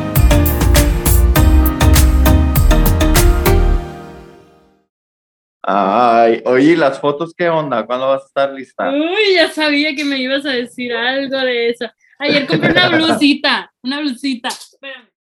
Ah. Ay, oye, ¿las fotos qué onda? ¿Cuándo vas a estar lista? Uy, ya sabía que me ibas a decir algo de eso. Ayer compré una blusita, una blusita. Espérame.